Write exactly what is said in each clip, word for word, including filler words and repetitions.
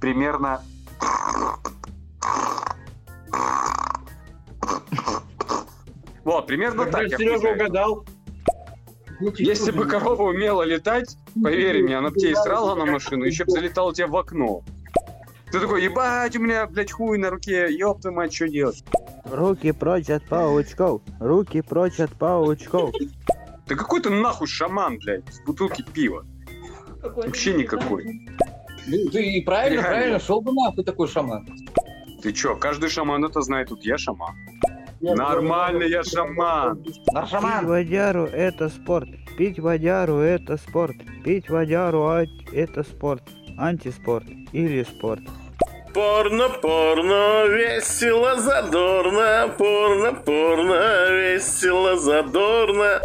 примерно... Вот, примерно так. Сережа угадал. Если бы корова умела летать, поверь мне, она бы тебя и срала на машину, еще бы залетала тебе в окно. Ты такой, ебать, у меня, блядь, хуй на руке, ёб твою мать, что делать? Руки прочь от паучков, руки прочь от паучков. Да какой ты нахуй шаман, блядь, с бутылки пива? Какой Вообще никакой. Ну, ты правильно, Реально. правильно, шел бы нахуй такой шаман. Ты чё, каждый шаман это знает, тут я шаман. Нормально, я шаман. На Пить шаман. водяру это спорт, пить водяру это спорт, пить водяру а- это спорт, антиспорт или спорт. Порно, порно, весело, задорно. Порно, порно, весело, задорно.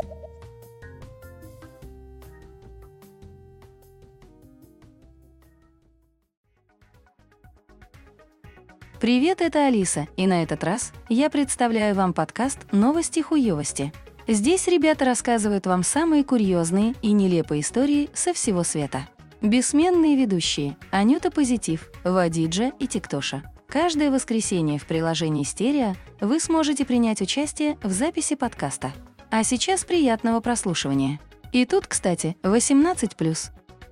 Привет, это Алиса, и на этот раз я представляю вам подкаст «Новости хуёвости». Здесь ребята рассказывают вам самые курьезные и нелепые истории со всего света. Бессменные ведущие Анюта Позитив, Вадиджа и Тиктоша. Каждое воскресенье в приложении «Стерео» вы сможете принять участие в записи подкаста. А сейчас приятного прослушивания. И тут, кстати, восемнадцать плюс.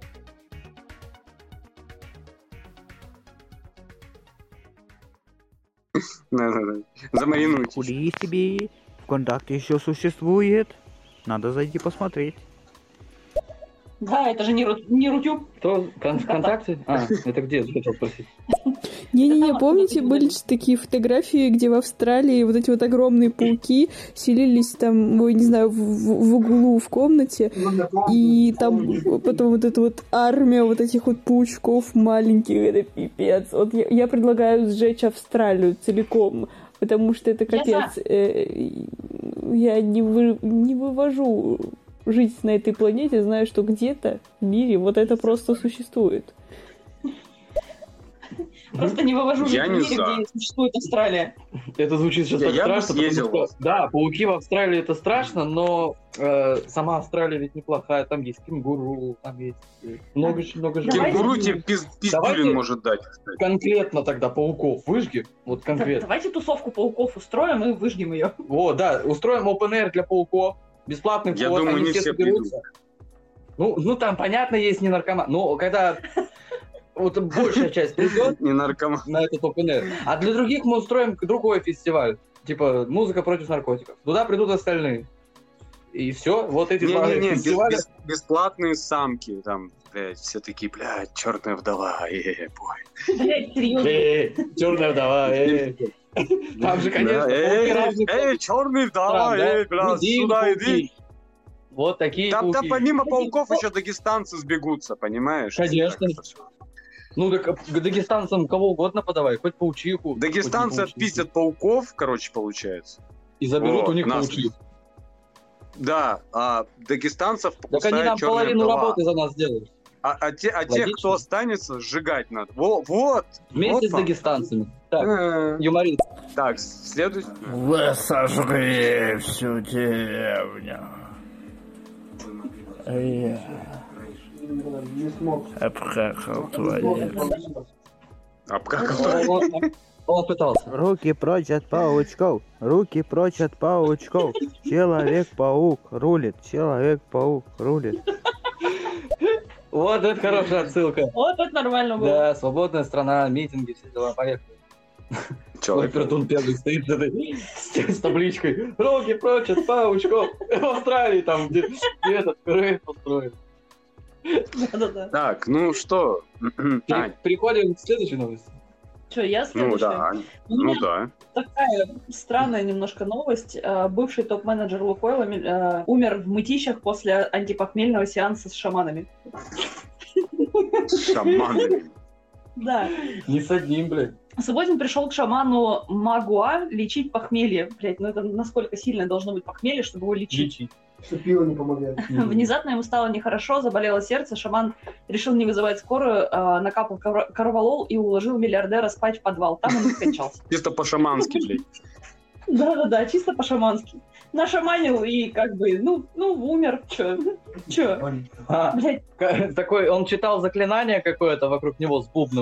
Да-да-да. Замаринуйтесь. Хули тебе, ВКонтакте еще существует, надо зайти посмотреть. Да, это же не, Ру- не Рутюб. Кто? Кон- ВКонтакте? А, это где? Я хотел спросить. Не-не-не, Это помните, вот- были же такие фотографии, где в Австралии вот эти вот огромные пауки селились там, ой, не знаю, в, в- в углу в комнате, и там потом вот эта вот армия вот этих вот паучков маленьких, это пипец. Вот я, я предлагаю сжечь Австралию целиком, потому что это Я капец. Э, Я не, вы, не вывожу жить на этой планете, знаю, что где-то в мире вот это просто существует. Просто не вывожу Я в не мире, за. где существует Австралия. Это звучит сейчас Я- так я бы страшно, съездил потому в что, да, пауки в Австралии это страшно, но э, сама Австралия ведь неплохая, там есть кенгуру, там есть э, много, очень много животных. Кенгуру тебе пиз- Давайте- пиздюлин может дать, кстати. Конкретно тогда пауков выжги, вот Так, конкретно. давайте тусовку пауков устроим и выжгем ее. Вот, да, устроим open air для пауков, бесплатный Я вход, думаю, они не все все соберутся. Ну, ну, там, понятно, есть не наркоман, но когда вот большая часть придет Не наркоман. на этот open air, а для других мы устроим другой фестиваль, типа музыка против наркотиков. Туда придут остальные. И все, вот эти два Не-не-не, без- фестиваля. без- бесплатные самки, там, блядь, все такие, блядь, черная вдова, э, бой. Блять, серьезно. Эй, черная вдова, эй. Там же, конечно, Да, пауки эй, разных эй, черный вдова, стран, да? эй, блядь, Иди, сюда пауки. иди. Вот такие Там, там пауки. помимо пауков еще дагестанцы сбегутся, понимаешь? Конечно. Так, всё. Ну, так к дагестанцам кого угодно подавай, хоть паучиху. Дагестанцы хоть не паучиху. отпиздят пауков, короче, получается. И заберут Вот, у них нас. паучих. Да, а дагестанцев Так они покусает нам черная половину вдова. работы за нас делают. А, а те- а тех, Логично. кто останется, сжигать надо. Во, вот! Вместе с Опа. дагестанцами. Так, Э, юморист. Так, следующий. Вы сожгли всю деревню. А я обхахал туалет. Обкакал. Он, он- он пытался. Руки прочь от паучков, руки прочь от паучков. Человек-паук рулит, Человек-паук рулит. Вот это хорошая отсылка. Вот это нормально было. Да, свободная страна, митинги, все дела, поехали. Человек. Пердун первый стоит с, этой- с- с табличкой «Руки прочь от паучков». В Австралии там, где, где этот рейд устроен. Да-да-да. Так, ну что? Пере- Ань, Переходим к следующей новости. Что, я ну следующая? да, Ань, У ну меня да. такая странная немножко новость. А, Бывший топ-менеджер Лукойла а, умер в мытищах после антипохмельного сеанса с шаманами. С шаманами. Да. Не с одним, блядь. Субботин пришел к шаману Магуа лечить похмелье. Блять, ну это насколько сильно должно быть похмелье, чтобы его лечить. Лечить. Что пиво не помогает. Внезапно ему стало нехорошо, заболело сердце, шаман решил не вызывать скорую, а, накапал кор- корвалол и уложил миллиардера спать в подвал. Там он и скончался. Чисто по-шамански, блядь. Да-да-да, чисто по-шамански. Нашаманил и как бы, ну, ну умер. Чё? Чё? А, Блять, к- такой, он читал заклинание какое-то вокруг него с бубном.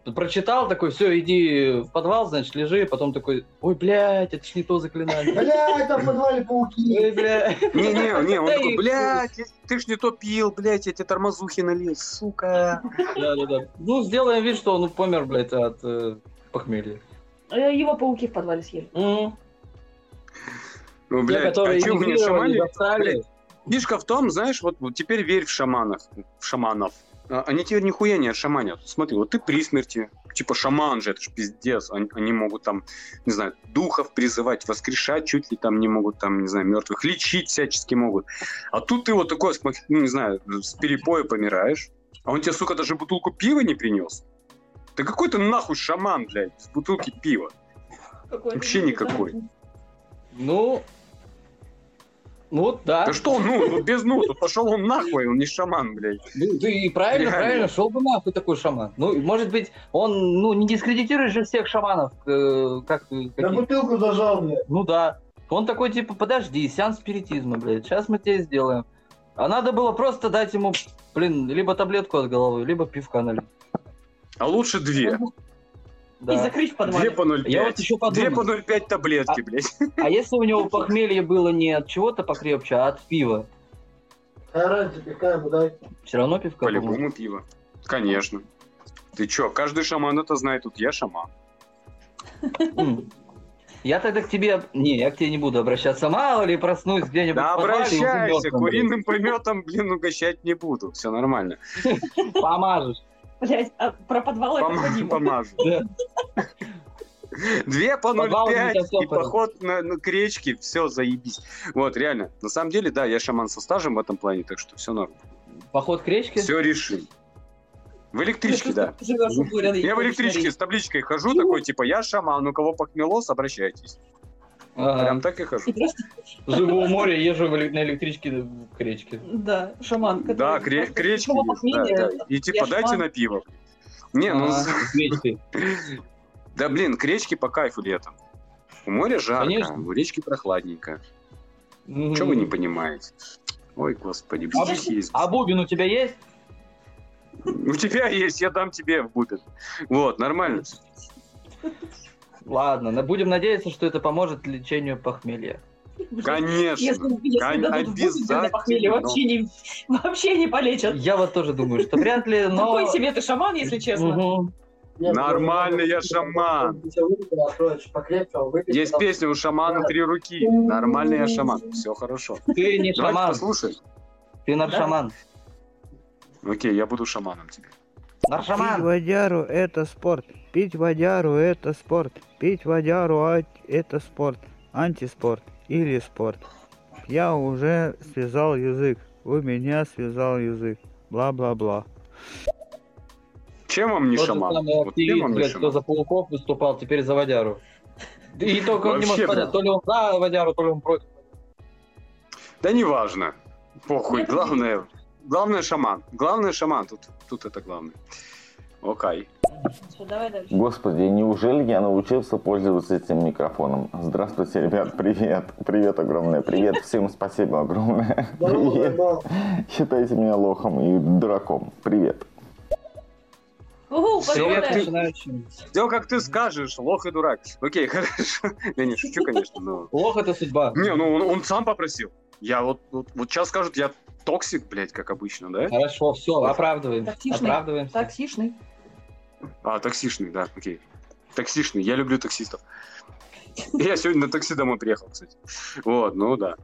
прочитал, такой, все, иди в подвал, значит, лежи, потом такой, ой, блядь, это ж не то заклинание. Блядь, там в подвале пауки. Ой, блядь. Не-не-не, он Да такой, и- блядь, ты ж не то пил, блядь, я тебе тормозухи налил, сука. Да-да-да. Ну, сделаем вид, что он помер, блядь, от э, похмелья. Э, Его пауки в подвале съели. М. Ну, Те, блядь, которые а чё вы не эмигрировали, шамане? достали. Блядь, фишка в том, знаешь, вот, вот теперь верь в шаманов, в шаманов. А, Они теперь нихуя не шаманят. Смотри, вот ты при смерти, типа шаман же, это ж пиздец. Они, они могут там, не знаю, духов призывать, воскрешать чуть ли там не могут, там, не знаю, мертвых, лечить всячески могут. А тут ты вот такой, ну, не знаю, с перепоя помираешь, а он тебе, сука, даже бутылку пива не принес. Да какой ты нахуй шаман, блядь, с бутылки пива? Какой-то Вообще никакой. Ну, ну вот, да. Да что, ну, ну без ну, тут пошел он нахуй, он не шаман, блядь. Ну, ты и правильно, Реально. правильно, шел бы нахуй такой шаман. Ну, может быть, он, ну, не дискредитирует же всех шаманов, э, как ты, На какие- бутылку зажал, блядь. Ну да. Он такой, типа, подожди, сеанс спиритизма, блядь, сейчас мы тебе сделаем. А надо было просто дать ему, блин, либо таблетку от головы, либо пивка налить. А лучше две. И Да. закрыть в Две подвале. по ноль Я вот пять. еще Две по подумал, ноль пять таблетки, блядь. а если у него похмелье было не от чего-то покрепче, а от пива? А разница, пивка ему дай. Все равно пивка поможет. По-любому пиво. Конечно. Ты чё, каждый шаман это знает, тут я шаман. М. Я тогда к тебе... Не, я к тебе не буду обращаться. Мало ли проснусь где-нибудь Да в подвале и уже обращайся, мёртвым, куриным пометом, блин, угощать не буду. Все нормально. блядь. Помажешь. Блять, а про подвал это Пом- Вадима. Помажу. Да. Две по ноль Подвал у меня пять всё и поход на, на к речке, все, заебись. Вот, реально. На самом деле, да, я шаман со стажем в этом плане, так что все норм. Поход к речке? Все решим. В электричке, да. Живешь у Бурина, Я в ходишь на электричке рейс. с табличкой хожу, такой, типа, я шаман, у кого похмелос, обращайтесь. Ага. Прям так и хожу. И просто, Живу у моря, езжу в эле- на электричке к речке. да, шаман. который Да, к, ре- просто к речке никакого есть, да, похмелья, да. И типа, я дайте шаман. на пиво. Не, ну, А, с речкой. да блин, к речке по кайфу летом. У моря жарко, Конечно. у речки прохладненько. Мгм. Что вы не понимаете? Ой, господи, А, здесь есть. а бубен у тебя есть? У тебя есть, я дам тебе в бубен. Вот, нормально. Ладно, на- будем надеяться, что это поможет лечению похмелья. Конечно. Если, если Кон- дадут в бубен на похмелье, обязательно. вообще не, вообще не полечат. Я вот тоже думаю, что вряд ли, но... Какой себе ты шаман, если честно. Мгм. Нет, Нормально, ну, я ну, шаман. ну, тебя выпить, откроешь покрепче, он выпьет, Есть потом- песня у шамана три руки. Нормально, я шаман. Все хорошо. Ты не Давайте шаман, послушаем. ты наршаман. Окей, я буду шаманом теперь. Пить Наршаман. водяру это спорт. Пить водяру это спорт. Пить водяру а- это спорт. Антиспорт или спорт. Я уже связал язык. У меня связал язык. Бла-бла-бла. Чем вам не Тот же шаман? самый Вот чем активист, вам не блядь, кто шаман? за пауков выступал, теперь за водяру. И только он не Вообще, может понять, да. то ли он за водяру, то ли он против. Да неважно. Похуй. Нет, Главное, главное шаман. Главное шаман. Тут, тут это главное. Окей. Всё, давай дальше. Господи, неужели я научился пользоваться этим микрофоном? Здравствуйте, ребят, привет. Привет огромное, привет, всем спасибо огромное. Здорово, Привет. заебал. Считайте меня лохом и дураком. Привет. Угу, Всё, поздравляю. как ты- Начинающим. Все как ты скажешь, лох и дурак. Окей, хорошо. Я не шучу, конечно, но... Лох это судьба. Не, ну он, он сам попросил. Я вот, вот, вот сейчас скажут, я токсик, блядь, как обычно, да? Хорошо, все, оправдываем. Токсичный. Оправдываемся. Токсичный. А, таксишный, да, окей. Таксишный, я люблю таксистов. Я сегодня на такси домой приехал, кстати. Вот, ну да.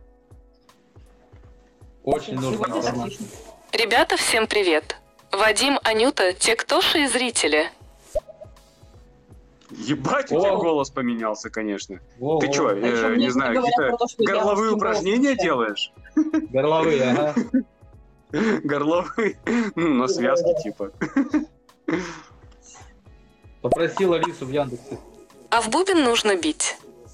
Очень нужно Сегодня информация. токсичный. Ребята, всем привет! Вадим, Анюта, тиктоши и зрители. Ебать, у тебя О. голос поменялся, конечно. Во-во. Ты что, А ещё мне не знаю, говорят какие-то про то, что я горловые очень упражнения голосом делаешь? Горловые, ага. Горловые, ну, на связке типа. Попросил Алису в Яндексе. А в бубен нужно бить.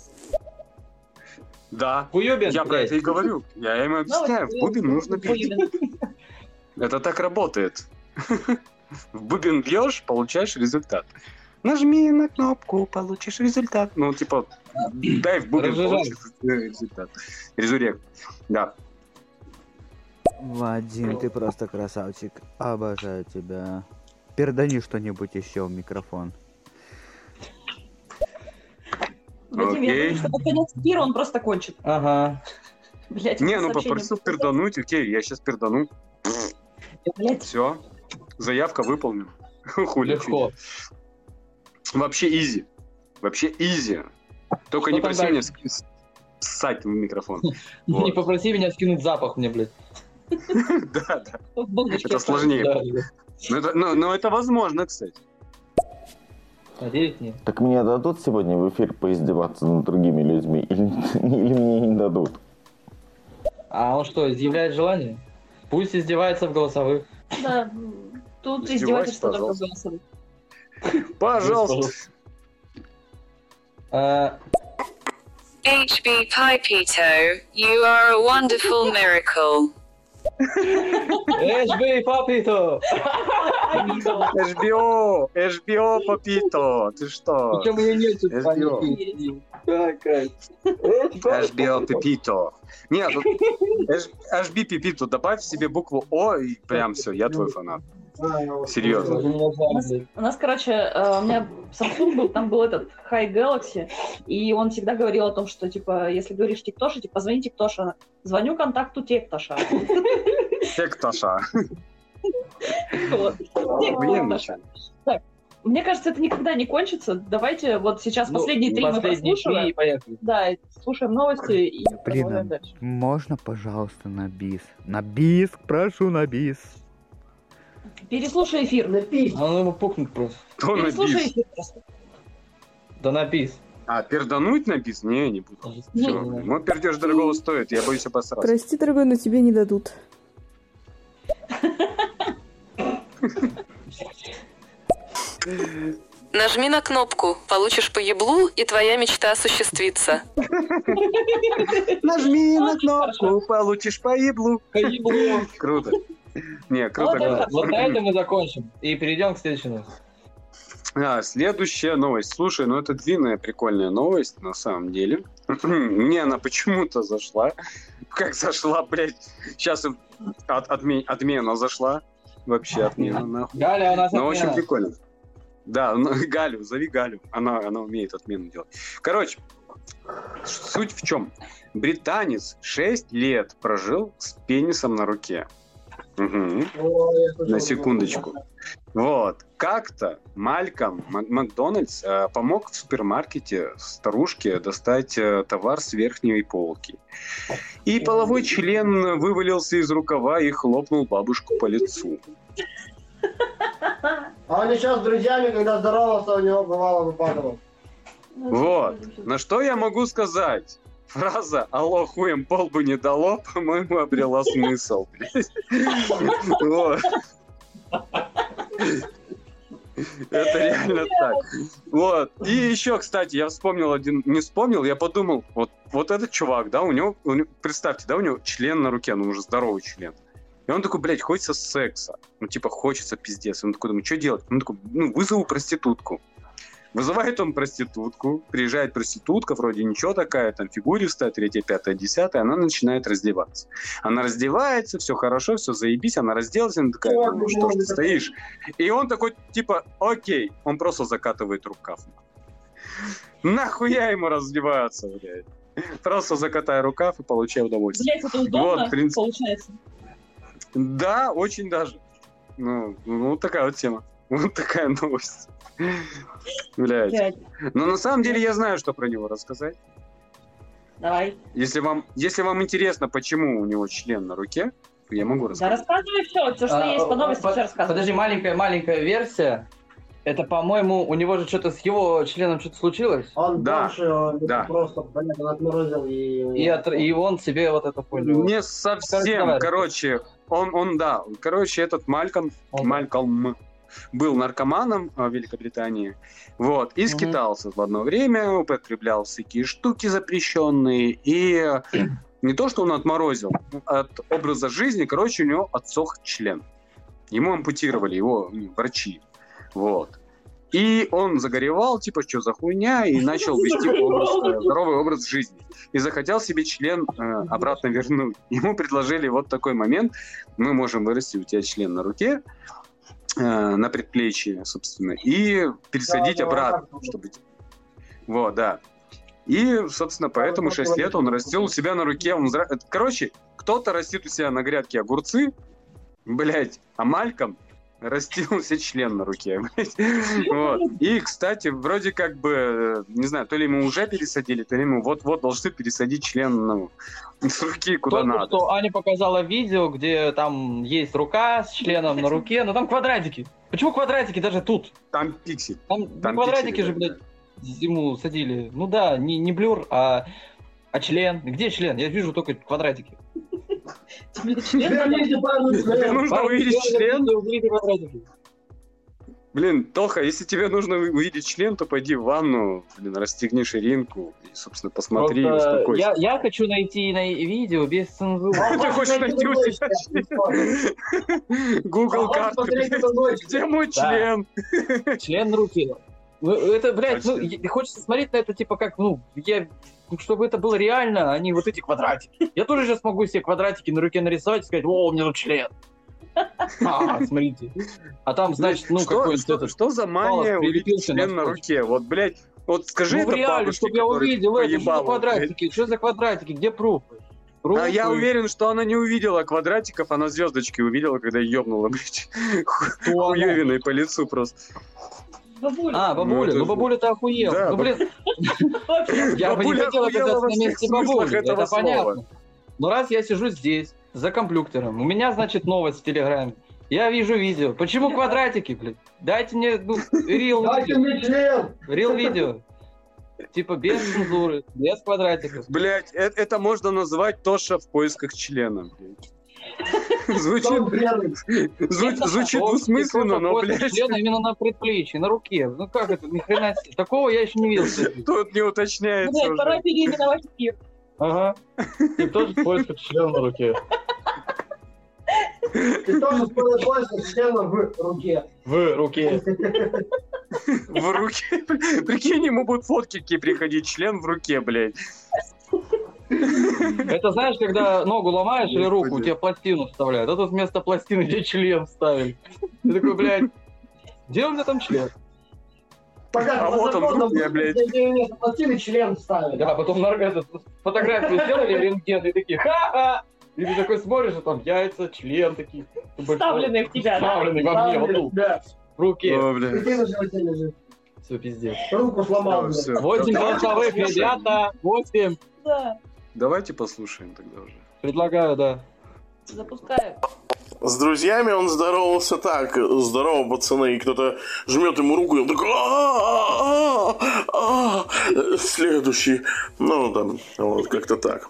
Да, Хуёбин, я про блядь. это и говорю. Я им объясняю, в бубен нужно бить. Это так работает. В бубен бьешь, получаешь результат. Нажми на кнопку, получишь результат. Ну, типа, дай в бубен, Разжижай. получишь результат. Резурект. Да. Вадим, ты просто красавчик. Обожаю тебя. пердани что-нибудь еще в микрофон. Вадим, я Окей. думаю, что под конец эфира он просто кончит. Ага. Блять, Не, ну попросил пердануть, окей, я сейчас пердану. Блять, Все, заявка выполнена. Хули. Легко. Вообще изи. Вообще изи. Только Что не там проси меня дальше? ссать ссать в микрофон. Не Вот. попроси меня скинуть запах мне, блядь. Да, да. в булочке Это сложнее. Да, да. Но это, но- но это возможно, кстати. Надеюсь, нет. Так мне дадут сегодня в эфир поиздеваться над другими людьми или, или мне не дадут? А он что, изъявляет желание? Пусть издевается в голосовых. Да, м, тут Издевайся, издевательство только пожалуйста. голосовых. Пожалуйста. А, H B Pipito, you are a wonderful miracle. Эш би, папито! эйч би о, эйч би о, Папито, ты что? Причем ее нет тут. эйч би о. Какая? эйч би о Пепито. Нет, тут эйч би Пепито, добавь себе букву О и прям все, я твой фанат. Серьезно. У нас, у нас, короче, э, у меня Samsung был, там был этот High Galaxy, и он всегда говорил о том, что, типа, если говоришь Тиктоша, типа, позвони Тиктоша. Звоню контакту Тектоша. Тектоша. Вот. Блин, Тектоша. Так, мне кажется, это никогда не кончится. Давайте вот сейчас Ну, последние три мы последние три, прослушиваем. и поехали. Да, и слушаем новости и Блин, продолжаем а дальше. можно, пожалуйста, на бис? На бис, прошу, на бис. Переслушай эфир. А он его пукнет просто. Кто на Переслушай бис? эфир просто. Да напис. А, пердануть на бис? Не, не буду. Не, Всё, мой пердеж дорогого стоит, я боюсь обосраться. Прости, дорогой, но тебе не дадут. Нажми на кнопку, получишь по еблу, и твоя мечта осуществится. Нажми на кнопку, получишь по еблу. Ебло. Круто. Не, круто, Вот круто. это Вот на этом мы закончим. И перейдем к следующей новости. А, следующая новость. Слушай, ну это длинная прикольная новость, на самом деле. Мне она почему-то зашла. Как зашла, блядь. Сейчас от, отме- отмена зашла. Вообще отмена, нахуй. Галя, у нас Ну, очень отмена. прикольно. Да, ну, Галю, зови Галю. Она, она умеет отмену делать. Короче, суть в чем? Британец шесть лет прожил с пенисом на руке. Мгм. На секундочку. Вот. Как-то Мальком Мак- Макдональдс э, помог в супермаркете старушке достать э, товар с верхней полки. И половой член вывалился из рукава и хлопнул бабушку по лицу. А он еще с друзьями, когда здоровался, у него бывало выпадало. Вот. На что я могу сказать? Фраза «Алло, хуем пол бы не дало», по-моему, обрела смысл. блядь. Вот. Это реально так. Вот. И еще, кстати, я вспомнил один... Не вспомнил, я подумал, вот, вот этот чувак, да, у него, у него... Представьте, да, у него член на руке, ну уже здоровый член. И он такой, блядь, хочется секса. Ну, типа, хочется пиздец. Он такой, думает, что делать? Он такой, ну, вызову проститутку. Вызывает он проститутку, приезжает проститутка, вроде ничего такая, там фигуристая, третья, пятая, десятая, она начинает раздеваться. Она раздевается, все хорошо, все заебись, она разделась, она такая, ну что ж ты стоишь? И он такой, типа, окей, он просто закатывает рукав. Нахуя ему раздеваться, блядь? Просто закатай рукав и получай удовольствие. Блять, это удобно, Вот, в принципе. получается. Да, очень даже. Ну, ну, вот такая вот тема. Вот такая новость. Блядь. Блядь. Но на самом деле я знаю, что про него рассказать. Давай. Если вам, если вам интересно, почему у него член на руке, то я могу Да рассказать. рассказывай все, все, что А, есть по новости, под- все рассказывай. Подожди, маленькая-маленькая версия. Это, по-моему, у него же что-то с его членом что-то случилось. Он Да, больше он да. просто, блядь, он отморозил и... И, от- и он себе вот это хуйню. Не Короче, совсем, давай. короче, он, он, да, короче, этот Малькольм, Он- Малькольм был наркоманом в Великобритании, вот, и Мгм. скитался в одно время, употреблял всякие штуки запрещенные, и не то, что он отморозил, от образа жизни, короче, у него отсох член. Ему ампутировали, его ну, врачи, вот. И он загоревал, типа, что за хуйня, и начал вести образ, э, здоровый образ жизни. И захотел себе член э, обратно вернуть. Ему предложили вот такой момент: мы можем вырастить у тебя член на руке, э, на предплечье, собственно, и пересадить обратно, чтобы... Вот, да. И, собственно, поэтому шесть лет он растил у себя на руке. Он... Короче, кто-то растит у себя на грядке огурцы, блять, а Мальком растил себе член на руке. Вот. И, кстати, вроде как бы, не знаю, то ли ему уже пересадили, то ли ему вот-вот должны пересадить член ну, с руки куда Только надо. что Аня показала видео, где там есть рука с членом на руке, но там квадратики. Почему квадратики даже тут? Там пиксель. Там, Там не квадратики пиксели, же, да. блядь, ему садили. Ну да, не, не блюр, а, а член. Где член? Я вижу только квадратики. Тебе член Тебе нужно Парень увидеть сделал член? видео, увидели квадратики. Блин, Тоха, если тебе нужно увидеть член, то пойди в ванну, блин, расстегни ширинку и, собственно, посмотри, Просто успокойся. я, я хочу найти на видео без цензуры. Ты хочешь найти у себя член? Google карты, блядь. Где мой Да. член? Член на руке. Ну, это, блядь, ну, Точно. я- хочется смотреть на это, типа, как, ну, я, ну, чтобы это было реально, а не вот эти квадратики. Я тоже сейчас могу себе квадратики на руке нарисовать и сказать, о, у меня тут член. А, смотрите. А там, значит, ну, что, какой-то что, этот... что за мания палец увидеть прилепился на член на скотч. руке? Вот, блядь, вот скажи Ну, это в реале, бабушке, чтобы я которая увидел это, что за поебала, блядь. квадратики, что за квадратики, где пруфы? А я Пруфы. уверен, что она не увидела квадратиков, она звездочки увидела, когда ёбнула, блядь, Кто она? хуёвиной по лицу просто. А, бабуля, Ну, ну, это- бабуля-то охуела. Да, ну, блин, я бы не Бабуля хотел охуела оказаться во на всех месте смыслах бабули, этого это слова. понятно. Но раз я сижу здесь, за компьютером, у меня, значит, новость в Телеграме, я вижу видео. Почему квадратики, блядь? Дайте мне, ну, рил Дайте видео. мне член! Рил видео. Типа без цензуры, без квадратиков. Блять, это, это можно назвать Тоша в поисках члена, блядь. Звучит, Что вредный? зву- звучит О, двусмысленно, ты но, просто блядь, члена именно на предплечье, на руке. Ну как это, ни хрена себе. Такого я еще не видел. тут не уточняется Блядь, пора уже. переименовать мир. Ага. И тоже в поисках члена на руке. И тоже спорный поиск члена в руке. В руке. В руке. Прикинь, ему будут фотки какие приходить, член в руке, блядь. Это знаешь, когда ногу ломаешь или руку, у Господи. тебя пластину вставляют. А тут вместо пластины где член вставили. Ты такой, блядь, где у меня там член? Пока А вот он в законно руке, блядь. вместо пластины член ставили. Да, потом на эту фотографию сделали рентген и такие, ха-ха! И ты такой смотришь, а там яйца, член такие. Вставленные в тебя, да? Вставленный во мне, вот тут, Да. в руке. О, блядь. Прикинь, на животе лежит. Все, пиздец. Руку сломал. Да, блядь. всё. Восемь Давайте голосовых, послушаем. ребята, восемь. Да. Давайте послушаем тогда уже. Предлагаю, да. Запускаю. С друзьями он здоровался так. Здорово, пацаны. И кто-то жмет ему руку, и он такой... «А-а-а-а-а». Следующий. Ну, там, вот, как-то так.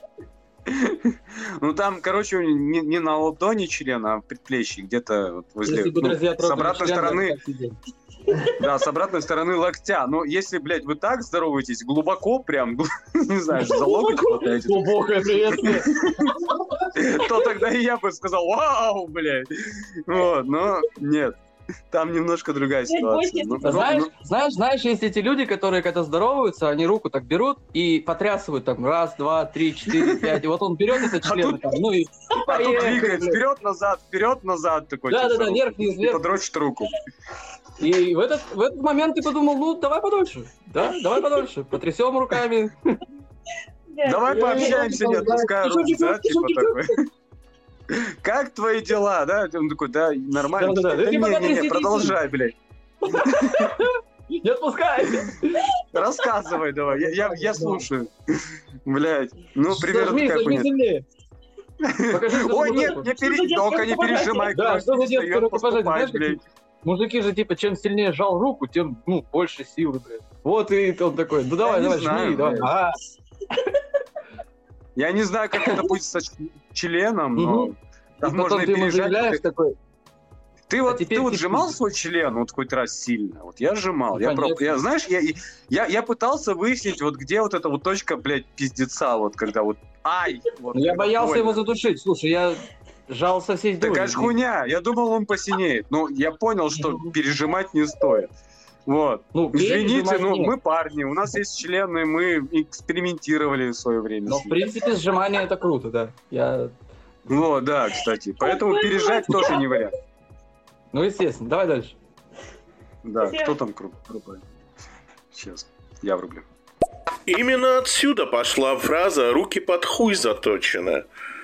Ну там, короче, не, не на ладони член, а в предплечье, где-то вот возле, Если бы ну, друзья с трогали обратной член, стороны, я бы так сидел. да, с обратной стороны локтя. Но если, блядь, вы так здороваетесь, глубоко прям, не знаю, за локоть хватаете, Глубокое приветствие. то тогда и я бы сказал, вау, блядь. Вот, но нет. Там немножко другая ситуация. Ну, ну, Знаешь, ну, знаешь, знаешь, есть эти люди, которые когда здороваются, они руку так берут и потрясывают там раз, два, три, четыре, пять. И вот он берет этот член, там, ну и, и а тут поехали, двигает блядь. вперед-назад, вперед-назад такой. Да, да, типа, да, вверх-вниз, и вверх. подрочит руку. И в этот, в этот момент ты подумал, ну давай подольше, да, давай подольше, потрясем руками. Давай Я- пообщаемся, не отпускай Тихо, руку, тихо, да, тихо, типа тихо. такой. Как твои дела, да? Он такой, да, нормально. Да-да-да, Да ты пока не-не-не, трясись. продолжай, блядь. Не отпускай. Рассказывай давай, я, я, я слушаю. Блядь, ну, примерно Сожми, такая сожми хуйня. сильнее. Покажи, что Ой, ты нет, руку. не пере... только не пережимай, Да, кровь что за не детское встаёт рукопожатие? Знаешь, поступать, блядь. Мужики же, типа, чем сильнее жал руку, тем, ну, больше силы, блядь. Вот и он такой, ну давай, не давай, знаю, жми, давай. блядь. А, Я не знаю, как это будет со членом, но Мгм. там и можно потом и ты ему пережать. заявляешь такой, Ты вот, теперь ты вот ты сжимал пиздишь. свой член вот хоть раз сильно? Вот я сжимал. Ну, я, проб- конечно. я, знаешь, я, я, я пытался выяснить, вот где вот эта вот точка, блядь, пиздеца, вот когда вот ай! Вот, ну, я когда боялся больно. его задушить. Слушай, я жал со всей Такая ж хуйня. Я думал, он посинеет. Но я понял, что пережимать не стоит. Вот. Ну, Извините, пережимать ну нет. мы парни, у нас есть члены, мы экспериментировали в свое время. Но, с в ним. принципе, сжимание это круто, да. Я... Вот, да, кстати. Поэтому пережать тоже не вариант. Ну, естественно. Давай дальше. Да, Спасибо. кто там круп- крупный? Сейчас, я врублю. Именно отсюда пошла фраза «руки под хуй заточены».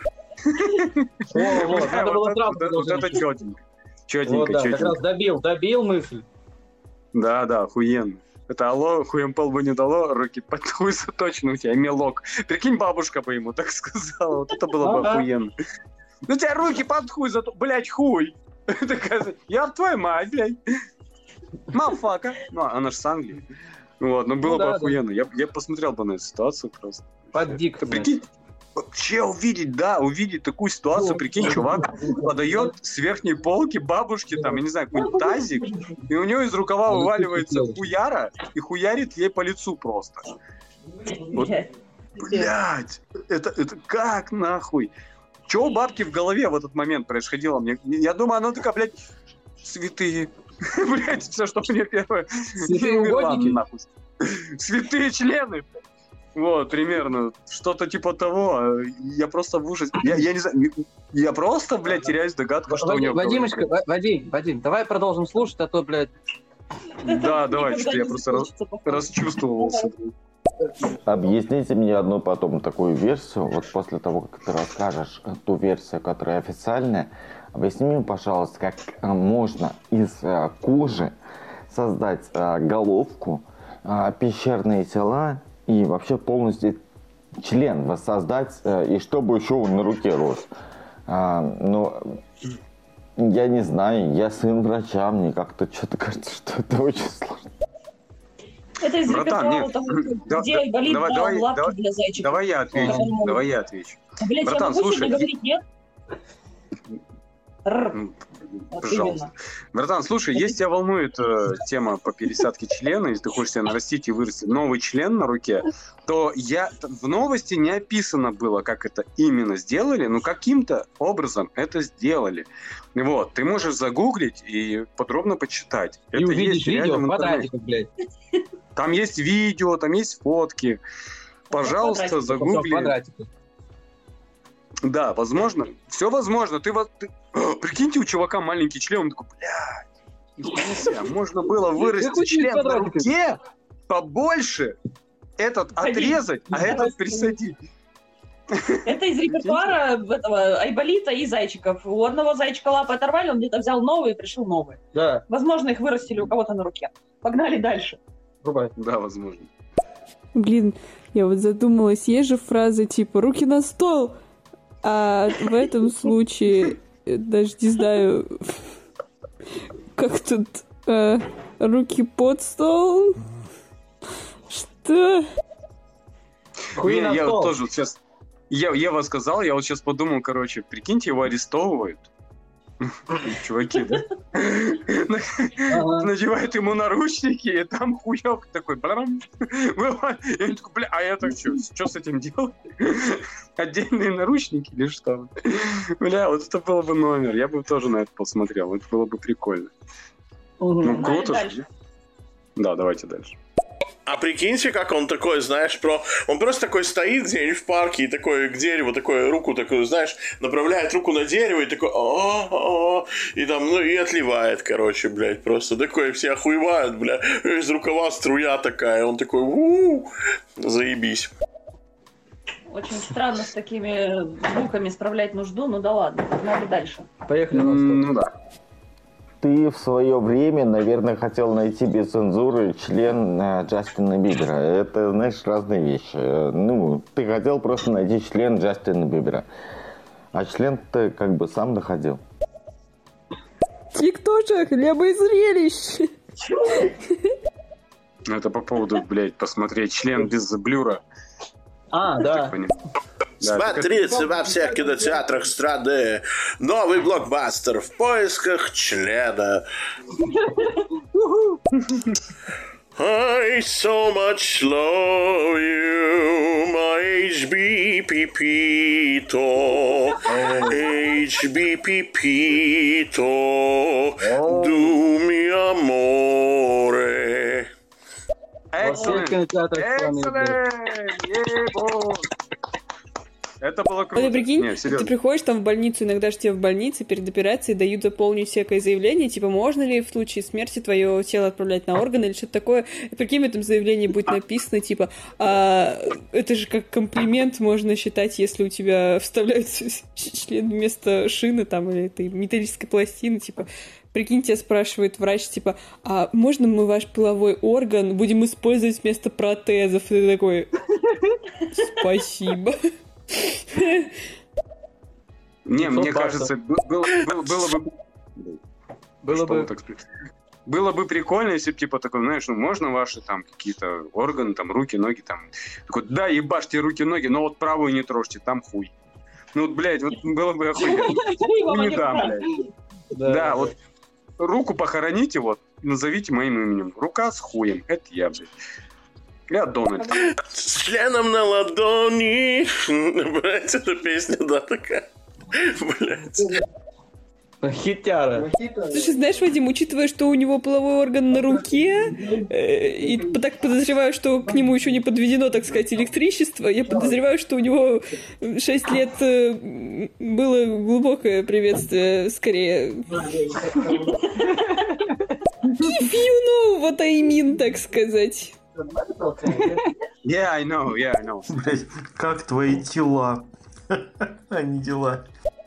О, вот, надо было Вот это- сразу вот это- вот продолжить. это четенько. Вот, Четенько, да, как четенько. раз добил, добил мысль. Да, да, охуенно. Это алло, хуем пол бы не дало, руки под хуй заточены у тебя, мелок. Прикинь, бабушка бы ему так сказала, вот это было бы Ага. охуенно. Ну у тебя руки под хуй зато, блять, хуй. Такая, я твою мать, блядь. Мафака. Ну, она же с Англии. Вот, ну было Ну бы да, да. охуенно. Я, я посмотрел бы на эту ситуацию просто. Под дик. Ты прикинь, вообще увидеть, да, увидеть такую ситуацию, Ну, прикинь, чувак подает с верхней полки бабушке, там, я не знаю, какой-нибудь тазик, и у нее из рукава Ну, вываливается ты хуяра и хуярит ей по лицу просто. Вот. Блядь. Блять, это, это как нахуй? Че у бабки в голове в этот момент происходило? Мне, я думаю, она такая, блядь, святые. Блять, все, что у нее первое. Святые И умерла угодники? нахуй. Святые члены. Вот, примерно. Что-то типа того. Я просто в ужасе. Я, я не знаю. Я просто, блядь, теряюсь в догадках, что у нее в голове. Вадимочка, Ва- Вадим, Вадим, давай продолжим слушать, а то, блядь... Да, давай, Никогда что я не просто раз- закончится, походу. расчувствовался. Объясните мне одну потом такую версию, вот после того, как ты расскажешь э, ту версию, которая официальная, объясни мне, пожалуйста, как э, можно из э, кожи создать э, головку, э, пещерные тела и вообще полностью член воссоздать, э, и чтобы еще он на руке рос. А, ну, я не знаю, я сын врача, мне как-то что-то кажется, что это очень сложно. Это из Братан, репертуара нет. того, Да- где да- Айболит давай- дал давай- лапки давай- для зайчиков. Давай я отвечу. Которому- Давай я отвечу. Блядь, Братан, я могу слушай, сегодня говорить нет? Рр. Ну, Вот пожалуйста. именно. Братан, слушай, если тебя волнует э, тема по пересадке члена, если ты хочешь себе нарастить и вырастить новый член на руке, то я в новости не описано было, как это именно сделали, но каким-то образом это сделали. Вот, ты можешь загуглить и подробно почитать. И это увидишь есть реально видео в в интернете. квадратиках, блядь. Там есть видео, там есть фотки. Пожалуйста, квадратиках, Всё в загугли. квадратиках. Да, возможно. Все возможно. Ты вот ты- прикиньте, у чувака маленький член, он такой, блядь, нихуя себе, можно было вырастить Какой член на квадратик? руке побольше, этот отрезать, а этот присадить. Это из репертуара этого Айболита и зайчиков. У одного зайчика лапы оторвали, он где-то взял новые и пришил новые. Да, Возможно, их вырастили у кого-то на руке. Погнали дальше. врубай. Да, возможно. Блин, я вот задумалась, есть же фраза типа «руки на стол», а в этом случае э, даже не знаю, как тут э, «руки под стол». Что? Хуй Не, на я стол. вот тоже вот сейчас... Я, Ева сказал, я вот сейчас подумал, короче, прикиньте, его арестовывают. Чуваки, да? Ага. Надевают ему наручники, и там хуёк такой, блям, вылазит. И он такой, бля, а я так что, что с этим делать? Отдельные наручники или что? Бля, вот это было бы номер, я бы тоже на это посмотрел, это было бы прикольно. Мгм. Ну, Погнали круто дальше. же. Да, давайте дальше. А прикиньте, как он такой, знаешь, про... Он просто такой стоит где-нибудь в парке и такой к дереву, такой руку такую, знаешь, направляет руку на дерево и такой «А-а-а», и там, ну, и отливает, короче, блядь, просто такой, все охуевают, бля, из рукава струя такая, он такой «У-у-у», заебись. Очень странно с такими звуками справлять нужду, ну да ладно, погнали дальше. Поехали на М, стол. Ну да. Ты в свое время, наверное, хотел найти без цензуры член э, Джастина Бибера. Это, знаешь, разные вещи. Э, Ну, ты хотел просто найти член Джастина Бибера. А член ты как бы сам находил. Тиктоша, хлеба и зрелищ. Это по поводу, блядь, посмотреть член без блюра. А, Так да. понял. Да, так это- Смотрите во всех кинотеатрах страны новый блокбастер в поисках члена. I so much love you, my эйч би пи пи-то, эйч би пи пи-то, do mi amore. Во всех Excellent. кинотеатрах страны, блядь. Excellent. Ебо. Это было А ты круто. прикинь, Не, ты серьезно. приходишь там в больницу, иногда же тебе в больнице перед операцией дают заполнить всякое заявление, типа, можно ли в случае смерти твое тело отправлять на органы или что-то такое. И прикинь, в этом заявлении будет написано, типа, а, это же как комплимент можно считать, если у тебя вставляют член вместо шины там или этой металлической пластины, типа, прикинь, тебя спрашивает врач, типа, а можно мы ваш половой орган будем использовать вместо протезов? И ты такой, спасибо. Не, мне баксов. кажется, б- было, было, было бы... Было Что бы- вы так сказать? Было бы прикольно, если бы, типа, такой, знаешь, ну, можно ваши там какие-то органы, там, руки, ноги, там... Такой, да, ебашьте руки, ноги, но вот правую не трожьте, там хуй. Ну, вот, блядь, вот было бы охуенно. Ну, не дам, блядь. Да, вот руку похороните, вот, назовите моим именем. Рука с хуем, это я, блядь. Я Дональд. С членом на ладони. Блять, эта песня, да, такая. Блять. Хитяра. Слушай, знаешь, Вадим, учитывая, что у него половой орган на руке, э, и так подозреваю, что к нему еще не подведено, так сказать, электричество, я подозреваю, что у него шесть лет э, было глубокое приветствие, скорее. If you know what I mean, так сказать. Yeah, I know, yeah, I know. Блять, как твои тела, а не дела.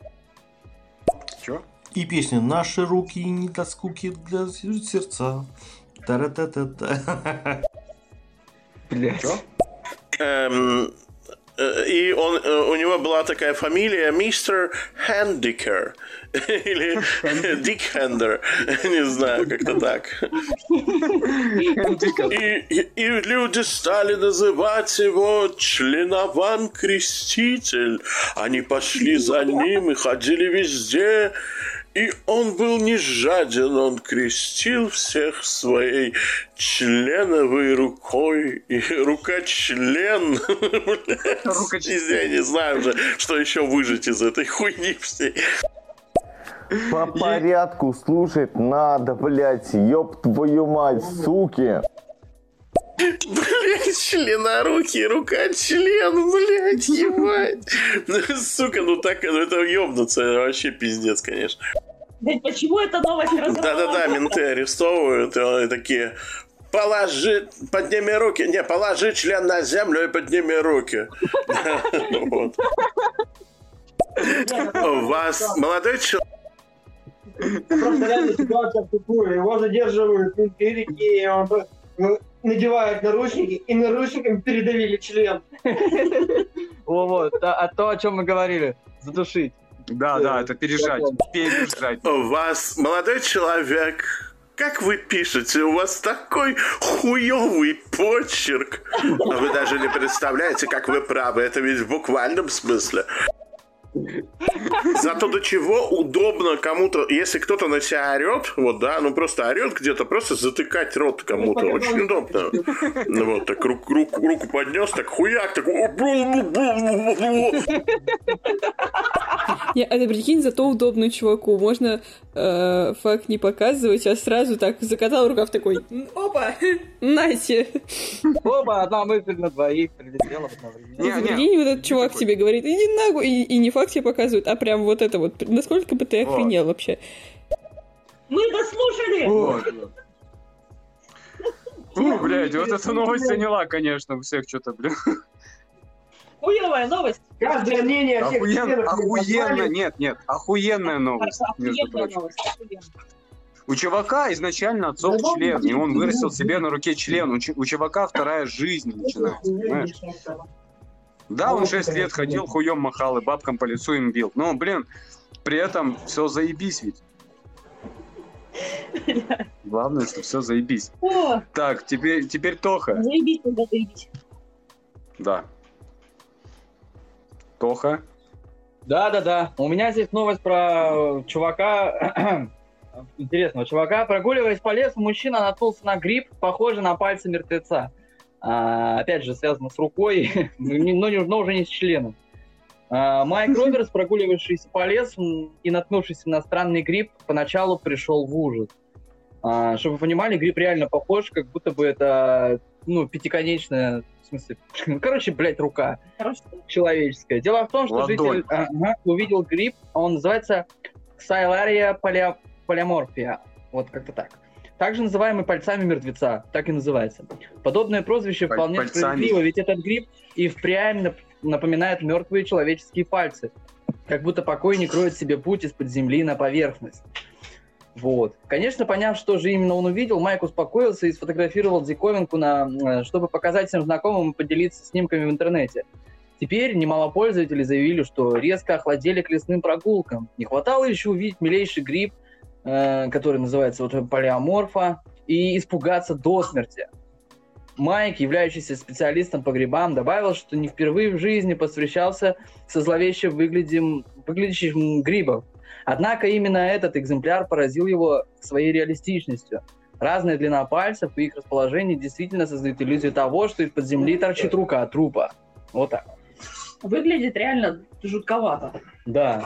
Чё? И песня «Наши руки не до скуки для сердца». Та-ра-та-та-та. Блядь. Эм, э, и он, э, у него была такая фамилия мистер Хендикер. Или Дик Хендер. Не знаю, как-то так. И, и, и люди стали называть его членован-креститель. Они пошли за ним и ходили везде. И он был не жаден, он крестил всех своей членовой рукой. И рука-член. Я не знаю уже, что еще выжить из этой хуйни всей. По порядку слушать надо, блядь, ёб твою мать, суки. Блять, членоруки, рука-член, блять, ебать. Ну, сука, ну так, ну это ёбнуться, это вообще пиздец, конечно. Блядь, почему эта новость разорвалась? Да-да-да, менты арестовывают, и они такие... Положи, подними руки, не, положи член на землю и подними руки. Вот. У вас молодой человек... Просто реально ситуация в тупую. Его задерживают в Империке, и он просто надевает наручники, и наручниками передавили член. Вот, а, а то, о чем мы говорили, задушить. Да, да, это пережать, пережать. У вас молодой человек... Как вы пишете? У вас такой хуёвый почерк. А вы даже не представляете, как вы правы. Это ведь в буквальном смысле. Зато до чего удобно кому-то, если кто-то на себя орет, вот, да, ну просто орет где-то, просто затыкать рот кому-то. Очень удобно. Ну вот, так руку, руку, руку поднес, так хуяк, так... Не, а ты прикинь, зато удобно чуваку. Можно э, факт не показывать, а сразу так закатал рукав такой, опа, нате. Опа, одна мысль на двоих прилетела в одновременно. Не, не. Прикинь, вот этот чувак тебе говорит, иди нахуй, и, и не факт тебе показывает, а прям вот это вот. Насколько бы ты охренел вообще? Мы дослушали! Вот. Фу, блядь, вот эта новость заняла, конечно, у всех что-то, блин. Хуёвая новость. Каждое мнение всех Охуен- членов Охуенно, назвали. нет, нет, охуенная новость, между Охуенная прочим. новость. охуенная. У чувака изначально отцов член, и он вырастил себе на руке член. У, ч- у чувака вторая жизнь начинается, понимаешь? Да, он шесть лет ходил, хуем махал и бабкам по лицу им бил. Но, блин, при этом все заебись ведь. Главное, что все заебись. О, Так, теперь, теперь Тоха. заебись, когда заебись. Да. Тоха. Да-да-да. У меня здесь новость про чувака, интересного чувака. Прогуливаясь по лесу, мужчина наткнулся на гриб, похожий на пальцы мертвеца. А, опять же, связано с рукой, но, не- но уже не с членом. А, Майк Робертс, прогуливавшийся по лесу и наткнувшийся на странный гриб, поначалу пришел в ужас. А, чтобы вы понимали, гриб реально похож, как будто бы это ну, пятиконечная, в смысле, короче, блядь, рука Короче, человеческая. Дело в том, что Ладонь. житель ага, увидел гриб, он называется Ксайлария поля... полиморфия. Вот как-то так. Также называемый пальцами мертвеца, так и называется. Подобное прозвище Паль- вполне пальцами. справедливо, ведь этот гриб и впрямь нап- напоминает мертвые человеческие пальцы. Как будто покойник роет себе путь из-под земли на поверхность. Вот. Конечно, поняв, что же именно он увидел, Майк успокоился и сфотографировал диковинку, на, чтобы показать всем знакомым и поделиться снимками в интернете. Теперь немало пользователей заявили, что резко охладели к лесным прогулкам. Не хватало еще увидеть милейший гриб, э, который называется вот полиаморфа, и испугаться до смерти. Майк, являющийся специалистом по грибам, добавил, что не впервые в жизни повстречался со зловеще выглядим, выглядящим грибом. Однако именно этот экземпляр поразил его своей реалистичностью. Разная длина пальцев и их расположение действительно создают иллюзию того, что из-под земли торчит рука трупа. Вот так. выглядит реально жутковато. Да.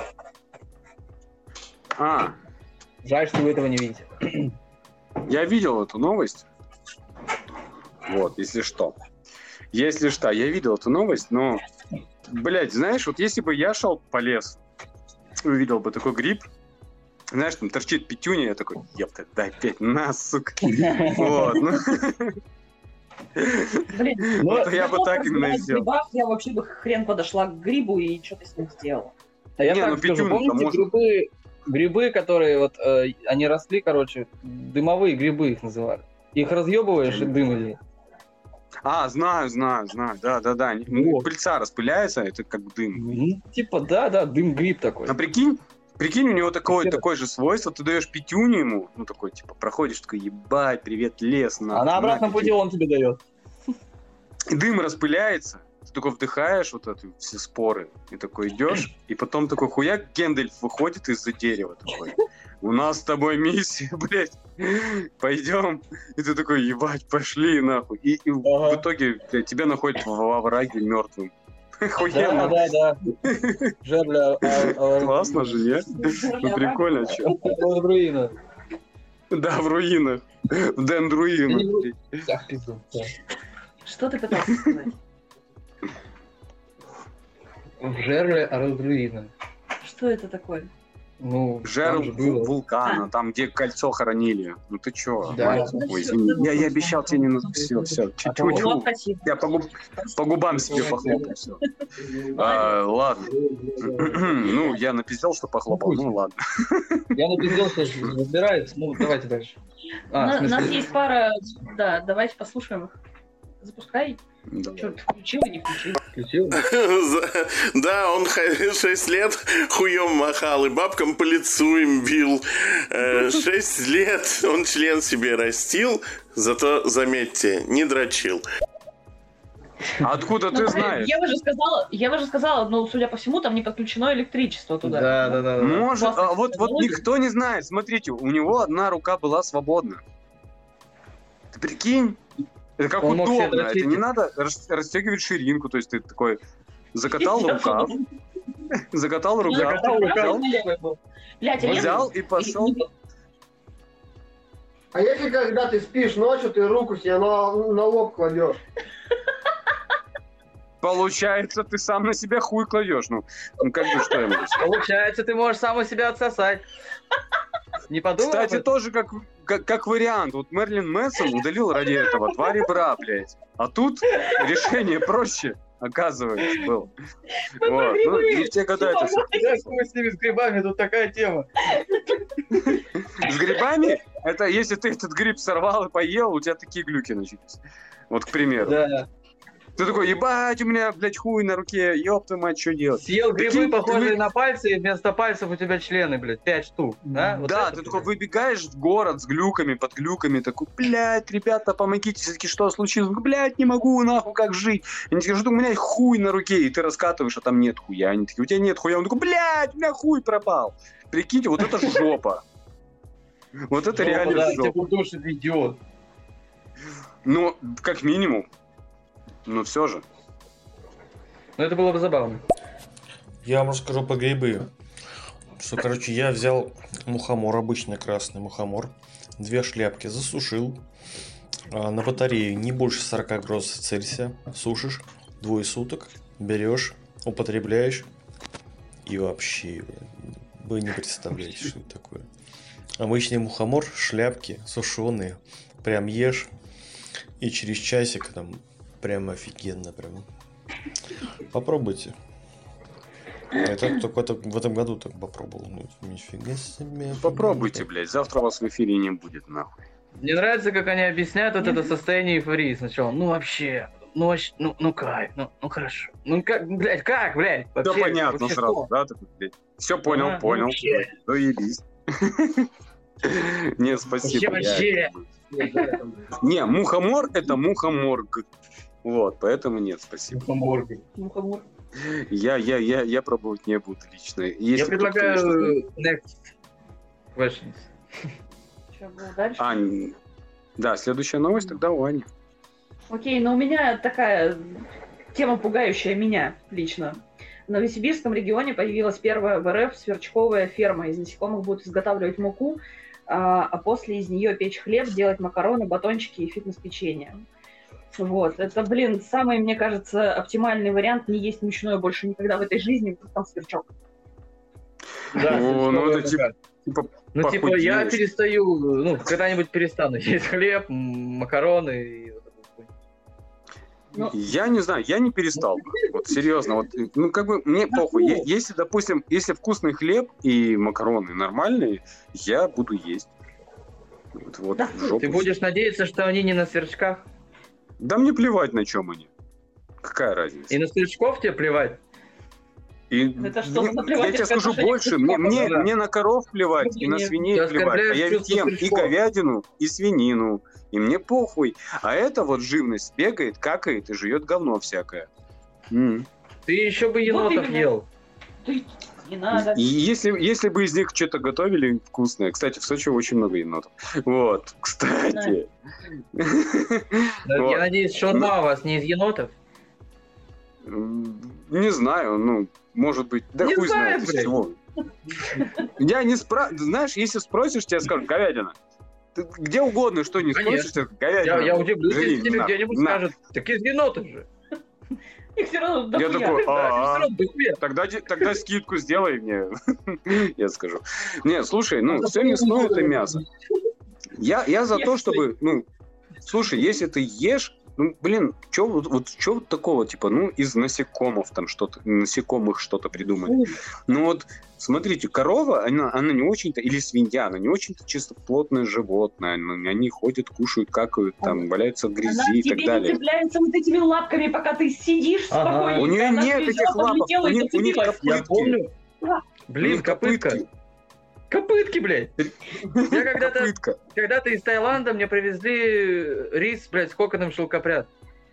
А, Жаль, что вы этого не видите. я видел эту новость. Вот, если что. Если что, я видел эту новость, но, блядь, знаешь, вот если бы я шел по лесу, увидел бы такой гриб, знаешь, там торчит пятюня, я такой, епта, дай пять, на, сука. Вот, ну. Блин, Вот я бы так именно и в сделал. грибах я вообще бы хрен подошла к грибу и что-то с ним сделала. А я Не, так ну скажу, пятюню-то помните можно. грибы, грибы, которые вот, э, они росли, короче, дымовые грибы их называли. Их разъебываешь и дым идет. А, знаю, знаю, знаю, да-да-да. Они- ну, Вот. Пыльца распыляется, это как дым. Ну, типа, да, да, дым-гриб такой. А прикинь, прикинь, у него такое, Хер- такое же свойство, ты даешь пятюню ему, ну такой, типа, проходишь, такой, ебать, привет, лес, на. А на обратном пути он тебе дает. И дым распыляется, ты такой вдыхаешь вот эти все споры, и такой идешь, и потом такой хуяк Гендальф выходит из-за дерева такой. У нас с тобой миссия, блядь, пойдем. И ты такой, ебать, пошли нахуй. И, и в Ага. итоге блядь, тебя находят во во враге мертвым. Да, Охуенно. да, да. Жерля. Классно же, нет? Ну прикольно, чё. Руина. Да, в руинах. В дендруинах. Так, пизду. Что ты пытался сказать? В жерле руина. Что это такое? Ну, Жерл там же было. вулкана, там, где кольцо хоронили. Ну ты чё? Да. Мать, ой, извини. Я, я обещал тебе не на... Все, все. Ну, спасибо. Я по, губ- по губам себе похлопал. Все. Ладно. Ну, я напиздел, что похлопал. Ну ладно. Я напиздел, что разбирается. Ну, давайте дальше. У А, в нас- у нас смысле, есть пара... Да, давайте послушаем их. Запускай. Да. Что, включил или не включил? включил? Да, он шесть лет хуем махал и бабкам по лицу им бил. Э, Шесть лет он член себе растил, зато, заметьте, не дрочил. А откуда Ну, ты знаешь? Ева же сказала, Ева же сказала, ну, судя по всему, там не подключено электричество туда. Да, да, да. да. Может, Классная а вот, вот технология. никто не знает. Смотрите, у него одна рука была свободна. Ты прикинь? Это как Он мог себе удобно. Это дрочить. не надо рас- расстегивать ширинку. То есть ты такой закатал рукав, закатал рукав, Закатал рукав. взял, Блядь, а я- взял и пошел. А если когда ты спишь ночью, ты руку себе на, на лоб кладешь? Получается, ты сам на себя хуй кладешь. Ну, ну как бы что я могу сказать? Получается, ты можешь сам у себя отсосать. Не подумал? об Кстати, этом? тоже как, как, как вариант. Вот Мерлин Мэнсон удалил ради этого два ребра, блядь. А тут решение проще, оказывается, было. Вот. Ну, не в те года это все. Да, хуй с ними, с грибами, тут такая тема. С грибами, это если ты этот гриб сорвал и поел, у тебя такие глюки начались. Вот, к примеру. Да. Ты такой, ебать, у меня, блядь, хуй на руке, ёб твою мать, что делать? Съел грибы, Прикинь, ты похожие вы- на пальцы, и вместо пальцев у тебя члены, блядь, пять штук. Да, Вот Да, это, ты такой блядь. выбегаешь в город с глюками, под глюками, такой, блядь, ребята, помогите, все-таки что случилось? Ну, блядь, не могу, нахуй, как жить? Они тебе говорят, у меня хуй на руке, и ты раскатываешь, а там нет хуя. Они такие, у тебя нет хуя. Он такой, блядь, у меня хуй пропал. Прикиньте, вот это жопа. Вот это Жопа, реально да, жопа. тебя удушит, идиот. Ну, как минимум. Но все же. Ну, это было бы забавно. Я вам расскажу про грибы. Что, короче, я взял мухомор, обычный красный мухомор, две шляпки засушил, А, на батарее не больше сорок градусов Цельсия. Сушишь двое суток, берешь, употребляешь. И вообще, вы не представляете, что это такое. Обычный мухомор, шляпки, сушеные. Прям ешь. И через часик там прям офигенно. Прям. Попробуйте. Это только это, в этом году так попробовал. Ну, нифига себе. Попробуйте, блядь. Завтра вас в эфире не будет, нахуй. Мне нравится, как они объясняют вот это состояние эйфории сначала. Ну вообще, ну вообще, ну, ну кайф, ну, ну хорошо. Ну как, блядь, как, блядь? Да Вообще, понятно вообще сразу, что? да? Ты, блядь, все понял, А, понял. вообще. Ну ебись. Не, спасибо. Вообще, я- Не, мухомор это мухоморг. Вот, поэтому нет, спасибо. Мухомор. Мухомор. Я, я, я, я пробовать не буду лично. Я Если предлагаю кто-то, конечно, next questions. Что было дальше? А, н- да, следующая новость тогда у Ани. Окей, но у меня такая тема, пугающая меня лично. В Новосибирском регионе появилась первая в РФ сверчковая ферма. Из насекомых будут изготавливать муку, а, а после из нее печь хлеб, делать макароны, батончики и фитнес-печенье. Вот, это, блин, самый, мне кажется, оптимальный вариант не есть мучное больше никогда в этой жизни, потому что там сверчок. Да, О, ну это сверчковая типа, мука. типа Ну, типа, я похудеешь. перестаю, ну, когда-нибудь перестану есть хлеб, м, макароны и вот эту хуйню. Ну, Я не знаю, я не перестал бы. Вот серьезно, вот, ну как бы мне похуй. Е- Если, допустим, если вкусный хлеб и макароны нормальные, я буду есть. Вот, вот Да, в жопу. Ты будешь надеяться, что они не на сверчках? Да мне плевать, на чем они. Какая разница? И на сверчков тебе плевать? И Это что мне- за я плевательское тебе скажу отношение к больше, мне, мне, Ну да. мне на коров плевать, и на Нет, свиней ты плевать. А оскорбляешь я ведь чувство ем и сверчков. говядину, и свинину, и мне похуй. А эта вот живность бегает, какает и жует говно всякое. М. Ты еще бы енотов именно. ел. Ты- не надо. И если, если бы из них что-то готовили вкусное, кстати, в Сочи очень много енотов. Вот, кстати. Да, Вот. Я надеюсь, шаурма у вас не из енотов? М, Не знаю, ну, может быть, да Не хуй знаю, знает из блядь. чего. Я не спра... Знаешь, если спросишь, тебе скажут говядина. Ты где угодно, что не спросишь, Конечно. тебе говядина. Я, я удивлюсь, Жри, если тебе на, где-нибудь на. скажут, так из енотов же. Их все равно Я дохуя. такой, Да, а, всё равно дохуя. тогда, де- тогда скидку сделай мне, я скажу. Не, слушай, ну, все мясное это мясо. Я, я за то, чтобы, ну, слушай, если ты ешь, ну, блин, чё, вот, вот чё вот такого, типа, ну, из насекомых там что-то, насекомых что-то придумали. Ну вот, смотрите, корова, она, она не очень-то, или свинья, она не очень-то чисто плотное животное, они они ходят, кушают, какают, там, валяются в Она грязи к и тебе так не далее. цепляется вот этими лапками, пока ты сидишь Ага. спокойненько. У неё Она нет прилетела, этих лапок, подлетела у и них- у них зацепилась. Я Пытки. помню. У Блин, них копытка. копытки. Копытки, блядь. Я когда-то, Копытка. когда-то из Таиланда мне привезли рис, блядь, с коконом шелкопряд.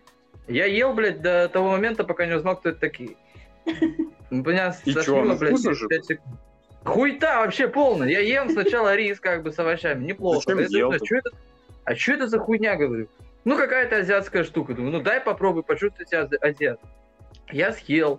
Я ел, блядь, до того момента, пока не узнал, кто это такие. Меня И чё, стошнило, оно блядь, вкусно через же? пять секунд. Хуйта вообще полная. Я ем сначала рис как бы с овощами, неплохо. Зачем Я ел думаю, ты? «Чё это? А что это за хуйня, говорю? Ну, какая-то азиатская штука. Думаю, ну дай попробуй, почувствуй себя ази- азиат. Я съел.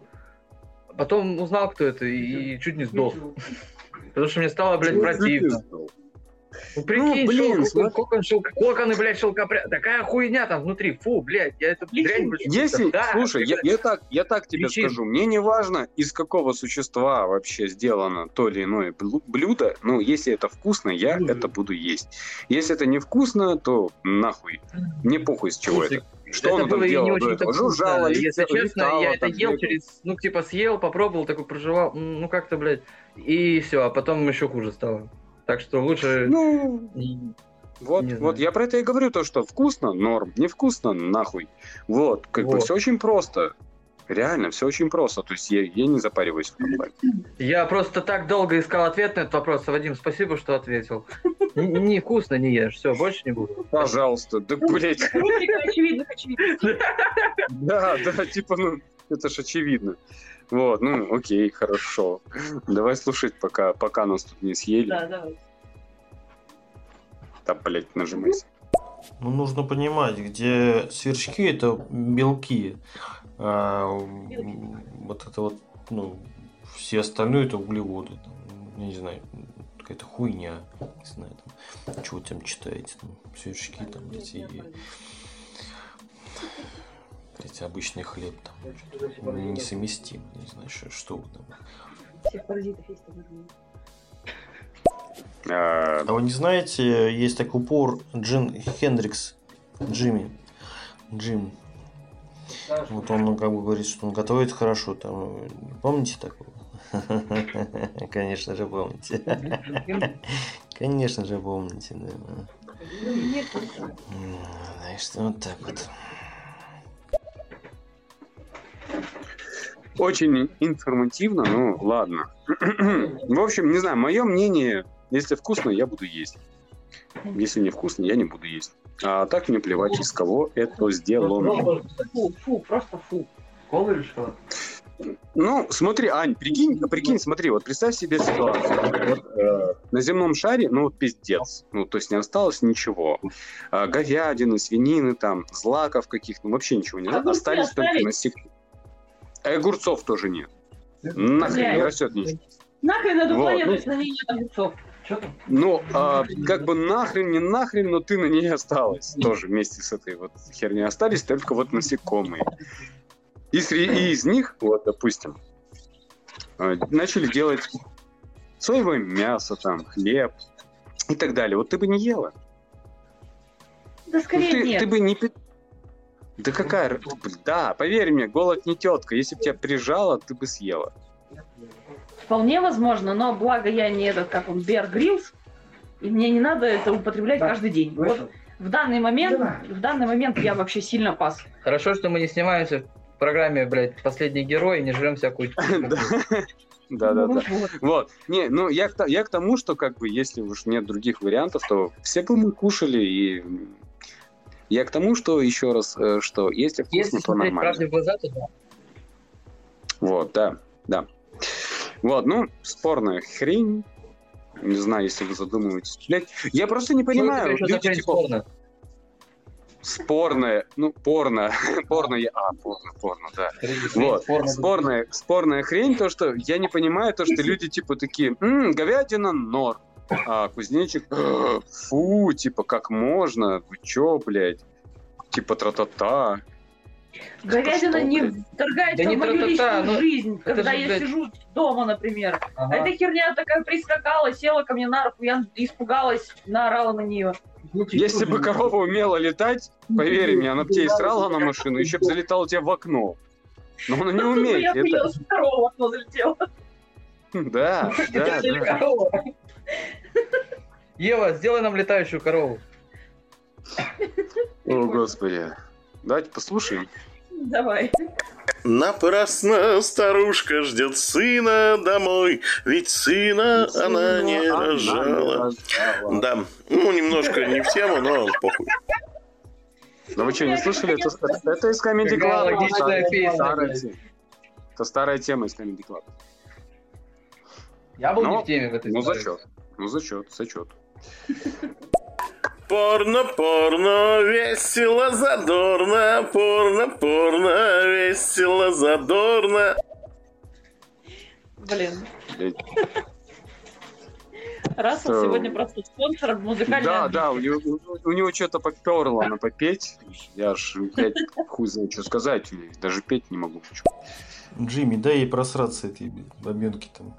Потом узнал, кто это, и чуть не сдох. Потому что мне стало, блядь, противно. Ну, прикинь, блин, шел, смотри. кокон, шел, коконы, блядь, шелкопряд. Такая хуйня там внутри. Фу, блядь, я это дрянь больше не Если, ем. Да, слушай, я, я так, я так тебе Личин. скажу, мне не важно, из какого существа вообще сделано то или иное блю- блюдо, но если это вкусно, я Блюдо. это буду есть. Если это невкусно, то нахуй. Мне похуй, с чего Слушай, это. Что это оно там было и не делало до очень этого? вкусно. Жужжало, Если летало, честно, я это там, ел бегало. через, ну, типа, съел, попробовал, такой проживал, м, ну, как-то, блядь, и все, а потом еще хуже стало. Так что лучше... Ну, и- вот, не вот знаю. я про это и говорю, то, что вкусно, норм, невкусно, нахуй. Вот, как бы Вот. все очень просто. Реально, все очень просто. То есть я, я не запариваюсь в этом плане. Я просто так долго искал ответ на этот вопрос. Вадим, спасибо, что ответил. Н- Невкусно не ешь, все, больше не буду. Пожалуйста, да, блядь. Рубрика очевидных очевидных. Да, да, типа, ну, это ж очевидно. Вот, ну, окей, хорошо. Давай слушать, пока, пока нас тут не съели. Да, давай. Там, блядь, нажимайся. Ну, нужно понимать, где сверчки это белки, а м, вот это вот, ну, все остальные это углеводы. Там, я не знаю, какая-то хуйня. Не знаю, там, чего вы там читаете, там, сверчки, там, эти, эти обычный хлеб, там, несовместим, не знаю, что, что вы там. Всех паразитов есть там. А вы не знаете, есть такой упор Джин Хендрикс, Джимми, Джим. Вот он, ну, как бы говорит, что он готовит хорошо, там, помните такого? Конечно же помните. Конечно же помните, да. Так что вот так вот. Очень информативно, ну ладно. В общем, не знаю, мое мнение, если вкусно, я буду есть. Если не вкусно, я не буду есть. А так мне плевать, из кого это сделано. Фу, фу, просто фу. Кола или шоколад? Ну, смотри, Ань, прикинь, прикинь, смотри, вот представь себе ситуацию. Вот, э, на земном шаре, ну, вот пиздец. Ну, то есть не осталось ничего. Э, говядины, свинины, там, злаков каких-то, ну, вообще ничего не А остались только насекомые. А огурцов тоже нет. Нахрен не растет ничего. Нахрен эту Вот, планету, ну. если на ней нет огурцов. Ну, а, как бы нахрен, не нахрен, но ты на ней осталась. Тоже вместе с этой вот херней остались только вот насекомые. И, сре- и из них, вот, допустим, э, начали делать соевое мясо, там, хлеб и так далее. Вот ты бы не ела. Да Ну, скорее ты, нет. ты бы не... пи- Да какая... р- Да, поверь мне, голод не тетка. Если бы тебя прижало, ты бы съела. Вполне возможно, но благо я не этот, как он, Bear Grylls, и мне не надо это употреблять каждый день. Вот в данный момент, в данный момент я вообще сильно пас. Хорошо, что мы не снимаемся в программе, блядь, «Последний герой» и не жрем всякую... Да, да, да. Вот. Не, ну я к, то- я к тому, что как бы если уж нет других вариантов, то все бы мы кушали, и я к тому, что еще раз, э, что если вкусно, Если то смотреть нормально. правде в глаза, то да. Вот, да, да. Вот, ну, спорная хрень. Не знаю, если вы задумываетесь. Блядь, я просто не понимаю. Что это Люди, типа, спорно? спорное, ну, порно, порно, я- а, порно, порно, да. Вот, спорная, спорная хрень, то, что я не понимаю, то, что люди, типа, такие, «М, говядина норм, а кузнечик, «Э, фу, типа, как можно, вы чё, блядь, типа, тра-та-та». Говядина что, не блядь? вторгается Да не в мою тра-та-та, личную ну, жизнь, это когда же, я блядь. сижу дома, например. Ага. Эта херня такая прискакала, села ко мне на руку, я испугалась, наорала на нее. Если бы корова умела летать, поверь мне, она бы тебя и срала на машину, еще бы залетала тебе в окно. Но она не умеет. Я это- боялась, что корова в окно залетела. Да, да, Это да. корова. Ева, сделай нам летающую корову. О, Господи. Давайте послушаем. Давай. Напрасно старушка ждет сына домой, ведь сына она не рожала. Да, ну немножко не в тему, но похуй. Да вы что, не слышали? Это, это- это из Comedy Какая Club. логичная Старая- песня, старая блядь. тема. Это старая тема из Comedy Club. Я был Ну, не в теме в этой Ну, истории. зачет. Ну, зачет, зачет. Порно, порно, весело, задорно, порно, порно, весело, задорно. Блин. Блядь. Рассел Что? сегодня просто спонсор музыкальной Да, отбивки. да, у него, у- у него что-то поперло на попеть. Я ж, блядь, хуй знает, что сказать. Даже петь не могу. Джимми, дай ей просраться этой бабенки там.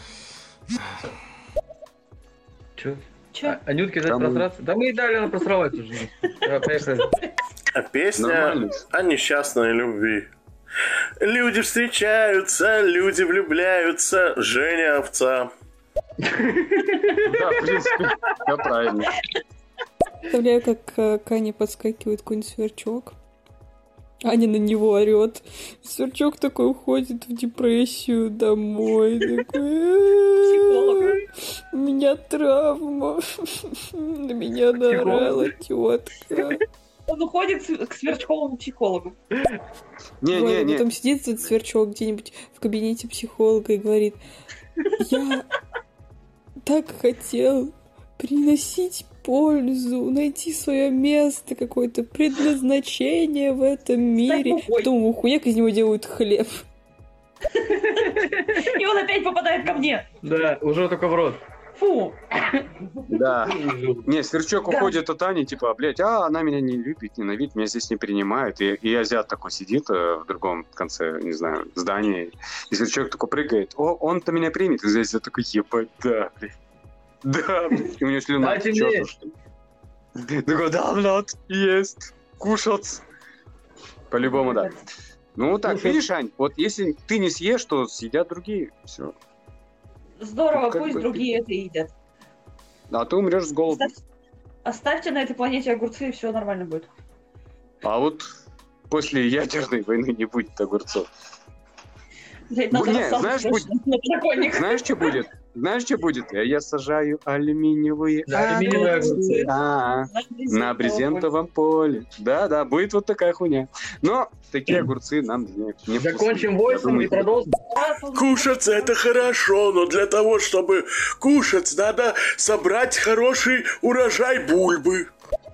Чё? Чё? А, Анютке дать Там- просраться? Да мы и дали, она просралась уже. Да, поехали. А песня Нормально. о несчастной любви. Люди встречаются, люди влюбляются, Женя овца. Да, в принципе, да, правильно. Представляю, как э, к Ане подскакивает какой-нибудь сверчок. Аня на него орет. Сверчок такой уходит в депрессию домой. Такой, у меня травма. На меня наорала тетка. Он уходит с- к сверчковому психологу. Не-не-не. Потом сидит этот сверчок где-нибудь в кабинете психолога и говорит: я так хотел приносить пользу, найти свое место, какое-то предназначение в этом мире. Потом хуяк из него делают хлеб. И он опять попадает ко мне. Да, уже только в рот. Фу. Да. Не, Сверчок уходит от Ани, типа, блядь, а, она меня не любит, ненавидит, меня здесь не принимают. И, и азиат такой сидит э, в другом конце, не знаю, здания. И Сверчок такой прыгает. О, он-то меня примет. И здесь я такой, ебать, да, блядь. Да, блядь. И у него слюна течет. Такой, да, блядь, есть. Кушать. По-любому, да. Ну так, видишь, Ань, вот если ты не съешь, то съедят другие. Все. Здорово, Как пусть бы другие это едят. А ты умрешь с голоду. Оставьте, оставьте на этой планете огурцы, и все нормально будет. А вот после ядерной войны не будет огурцов. Блять, надо Не, рассаду знаешь, срочно будет- на подоконник. Знаешь, что будет? Знаешь, что будет? Я, я сажаю алюминиевые Да, алюминиевые огурцы. А, на брезентовом поле. Да, да, будет вот такая хуйня. Но такие огурцы нам не, не Закончим вкусные. войсом Я думаю, и продолжим. Кушать это хорошо, но для того, чтобы кушать, надо собрать хороший урожай бульбы.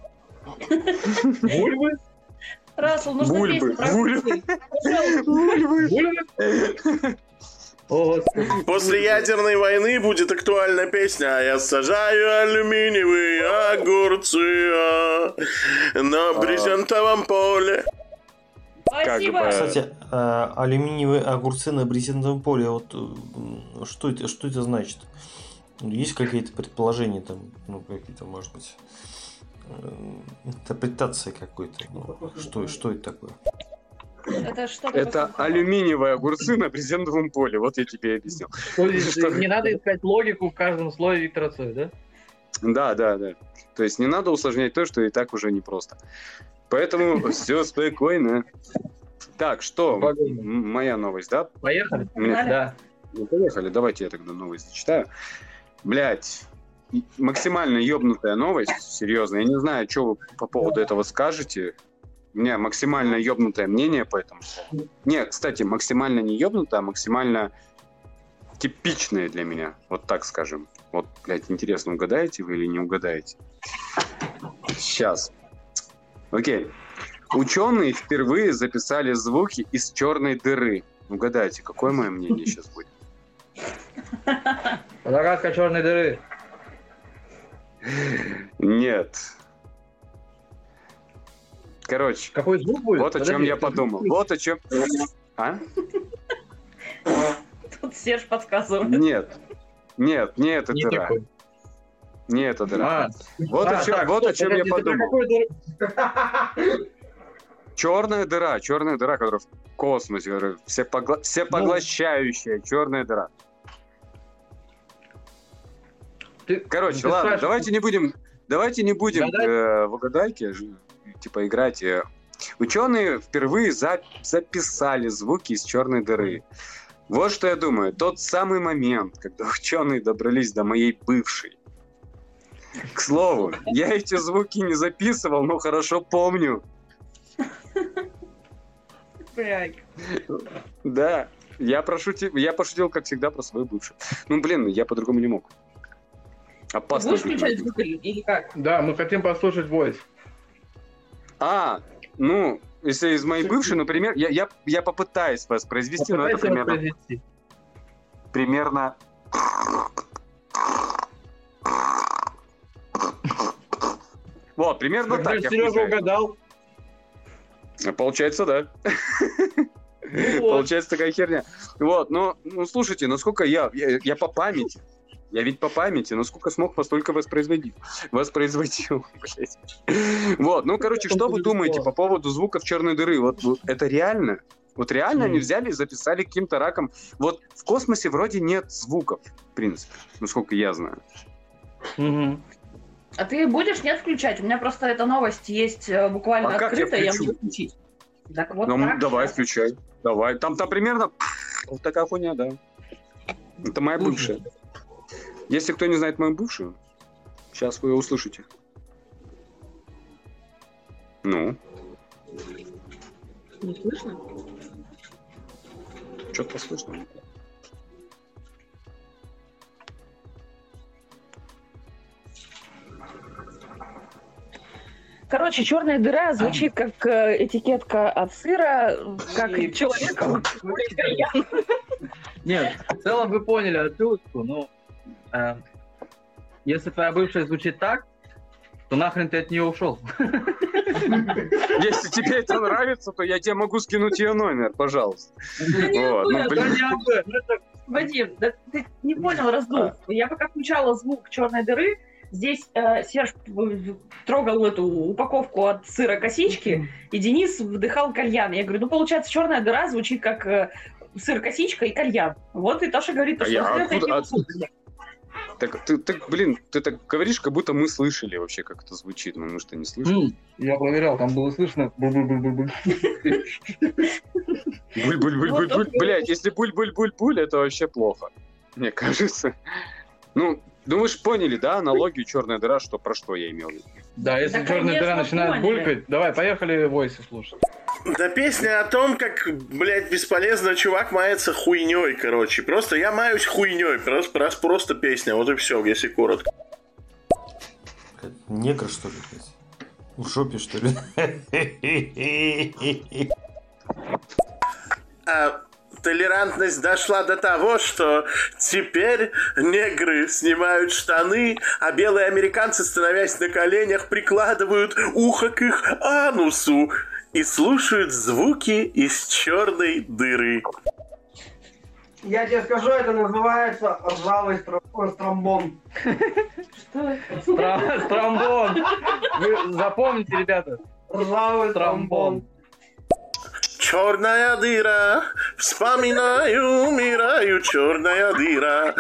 Бульбы? Рассел, нужно Бульбы, песню про бульбы. огурцы. Бульбы? О, Господи. После ядерной войны будет актуальна песня «А я сажаю алюминиевые огурцы а, на брезентовом поле». Спасибо. бы- Кстати, а, алюминиевые огурцы на брезентовом поле, вот э, что это, что это значит? Есть какие-то предположения там, ну какие-то, может быть, э, интерпретация какой-то, ну, что, что это такое? Это что? Это алюминиевые огурцы на брезентовом поле. Вот я тебе и объяснил. То есть Что? не надо искать логику в каждом слове Виктора Цоя, да? Да, да, да. То есть не надо усложнять то, что и так уже непросто. Поэтому все спокойно. Так, что? Спокойно. М- Моя новость, да? Поехали? У меня- Да. Ну, поехали, давайте я тогда новость зачитаю. Блять, максимально ёбнутая новость, серьезно. Я не знаю, что вы по поводу этого скажете. У меня максимально ёбнутое мнение по этому поводу. Не, кстати, максимально не ёбнутое, а максимально типичное для меня. Вот так скажем. Вот, блядь, интересно, угадаете вы или не угадаете? Сейчас. Окей. Ученые впервые записали звуки из черной дыры. Угадайте, какое мое мнение сейчас будет? Загадка черной дыры. Нет. Короче, Какой звук будет? вот о чем Подожди, я это подумал. звук Вот о чем... А? Тут Серж подсказывает. Нет. Нет, не эта не дыра. такой. Не эта дыра. А, Вот а, о чем, так, вот о стоп, чем я подожди, ты про подумал. какую дыру? Черная дыра, черная дыра, которая в космосе, которая всепогла... всепоглощающая черная дыра. Ты- Короче, ты ладно, спрашиваешь, давайте не будем, давайте не будем Гадать? э, в угадайки, ж- типа играть. э. Ученые впервые за- записали звуки из черной дыры. Вот что я думаю. Тот самый момент, когда ученые добрались до моей бывшей. К слову, я эти звуки не записывал, но хорошо помню. Блядь. Да, я пошутил, я пошутил, как всегда, про свою бывшую. Ну, блин, я по-другому не мог. Ты Опасно. будешь быть включать моим. звук или, или как? Да, мы хотим послушать войс. А, ну, если из моей бывшей, например, я, я, я попытаюсь воспроизвести, но это Попытайся примерно, воспроизвести. примерно... Вот, примерно Когда так. я Сережа включаю. угадал. Получается, да. Ну вот. Получается такая херня. Вот, ну, ну слушайте, насколько я, я, я по памяти, я ведь по памяти, насколько смог, настолько воспроизводил. Воспроизводил, блядь. Вот, ну, короче, что вы думаете по поводу звуков черной дыры? Вот, вот это реально? Вот реально они взяли и записали каким-то раком. Вот в космосе вроде нет звуков, в принципе, насколько я знаю. Мгм. А ты будешь нет включать? У меня просто эта новость есть э, буквально А как я открытая, я включу? могу включить. Так вот Ну, так, давай, щас. включай. Давай. Там, там примерно вот такая хуйня, да. Это моя бывшая. Если кто не знает мою бывшую, сейчас вы ее услышите. Ну, Не слышно? что-то слышно. Короче, черная дыра звучит как э, этикетка от сыра, как человек. Нет, в целом вы поняли отсылку, но э, если твоя бывшая звучит так, то нахрен ты от нее ушел? Если тебе это нравится, то я тебе могу скинуть ее номер, пожалуйста. Вот, ну, блин. Вадим, да ты не понял раздув. Я пока включала звук черной дыры, здесь э, Серж трогал эту упаковку от сыра косички, и Денис вдыхал кальян. Я говорю, ну получается, черная дыра звучит как э, сыр косичка и кальян. Вот и Таша говорит, А что я сделать откуда- таким откуда- образом. Так, ты, так, блин, ты так говоришь, как будто мы слышали вообще, как это звучит. Ну, мы что, не слышали? М, Я проверял, там было слышно. Буль-буль-буль-буль-буль. Буль-буль-буль-буль-буль. Блять, если буль-буль-буль-буль, это вообще плохо. Мне кажется. Ну, думаешь, поняли, да, аналогию черная дыра, что про что я имел в виду? Да, если Да, черная дыра конечно, начинает поняли. булькать, давай, поехали войсы слушать. Да песня о том, как, блядь, бесполезно чувак мается хуйней, короче. Просто я маюсь хуйней, просто, просто, просто песня, вот и все, если коротко. Негр, что ли, блядь? В жопе, что ли? А толерантность дошла до того, что теперь негры снимают штаны, а белые американцы, становясь на коленях, прикладывают ухо к их анусу и слушают звуки из черной дыры. Я тебе скажу, это называется ржавый стро- стромбон. Стра- Стромбон. Вы запомните, ребята. Ржавый Стромбон. Черная дыра, вспоминаю, умираю, черная дыра.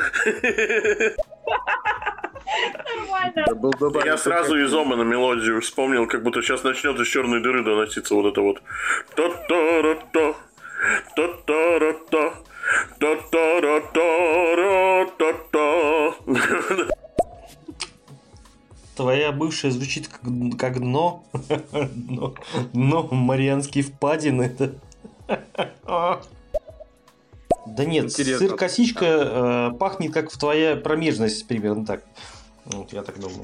Нормально. Я сразу из Омана мелодию вспомнил, как будто сейчас начнет из черной дыры доноситься вот это вот. То-то-ро-то, то-то-ро-то, то-то-ро-то-ро-то-то. Твоя бывшая звучит как, как дно. дно. Дно Марианские впадины. Да нет, Интересно. сыр-косичка э, пахнет как в твоя промежность, примерно так. Вот я так думаю.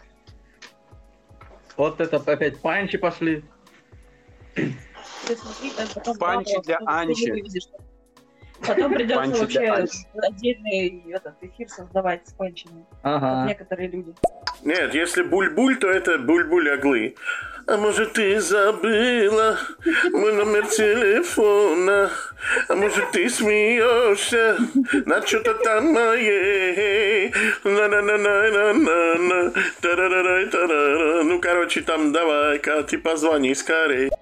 Вот это опять панчи пошли. Ты смотри, как потом Панчи бабу для ты не Анчи. вывезешь. Потом придется Панчи для вообще Анчи. отдельный этот эфир создавать с панчами. Как Ага. некоторые люди. Нет, если буль-буль, то это буль-буль оглы. А может, ты забыла мой номер телефона? А может, ты смеешься над что-то там моей? На-на-на-на-на-на, та-ра-ра-ра-та-ра-ра. Ну, короче, там давай-ка ты позвони скорей.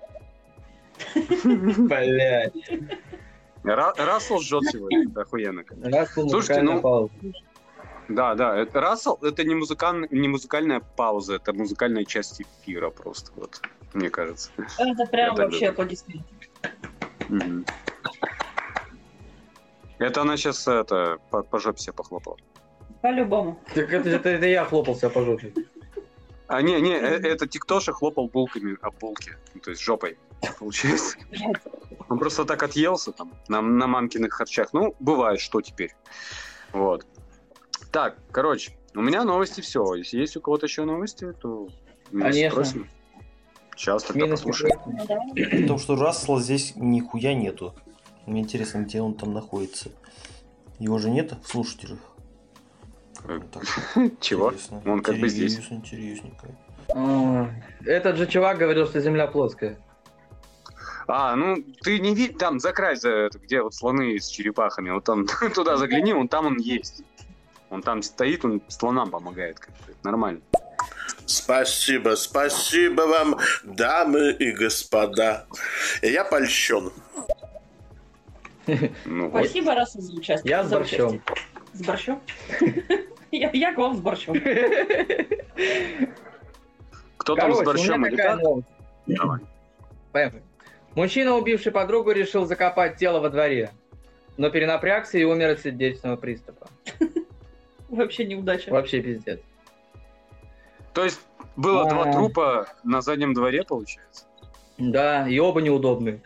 Блять. Ра- Рассел жжет сегодня, это охуенно. Раз Слушайте, ну- Да, да, это, Рассел, это не, музыкаль- не музыкальная пауза, это музыкальная часть эфира просто, вот, мне кажется. Это прям Я так вообще думаю. аплодисменты. Мгм. Это она сейчас это, по, по жопе себе похлопала. По-любому. Так это, это, это я хлопался по жопе. А, не, не, э- это Тиктоша хлопал булками об булки, ну, то есть жопой, получается. Блядь. Он просто так отъелся там, на, на мамкиных харчах. Ну, бывает, что теперь. Вот. Так, короче, у меня новости все. Если есть у кого-то еще новости, то мы Конечно. спросим. Сейчас тогда Минус послушаем. Ну, да. Потому что Рассела здесь нихуя нету. Мне интересно, где он там находится. Его же нет в слушателях. Э, Так, Чего? интересно. Он как бы здесь. Интересно, интересненько. А, Этот же чувак говорил, что Земля плоская. А, ну, ты не видишь, там, за край, за, это, где вот слоны с черепахами, вот там, туда загляни, он там он есть. Он там стоит, он слонам помогает, как-то. Это нормально. Спасибо, спасибо вам, дамы и господа. Я польщен. Ну, вот. Спасибо, раз за участие. Я с за борщом. участие. С борщом? Я я к вам с борщом. Кто там Короче, с борщом у меня или такая как? новость. Давай. Поехали. Мужчина, убивший подругу, решил закопать тело во дворе, но перенапрягся и умер от сердечного приступа. Вообще неудача. Вообще пиздец. То есть было А. два трупа на заднем дворе, получается? Да, и оба неудобные.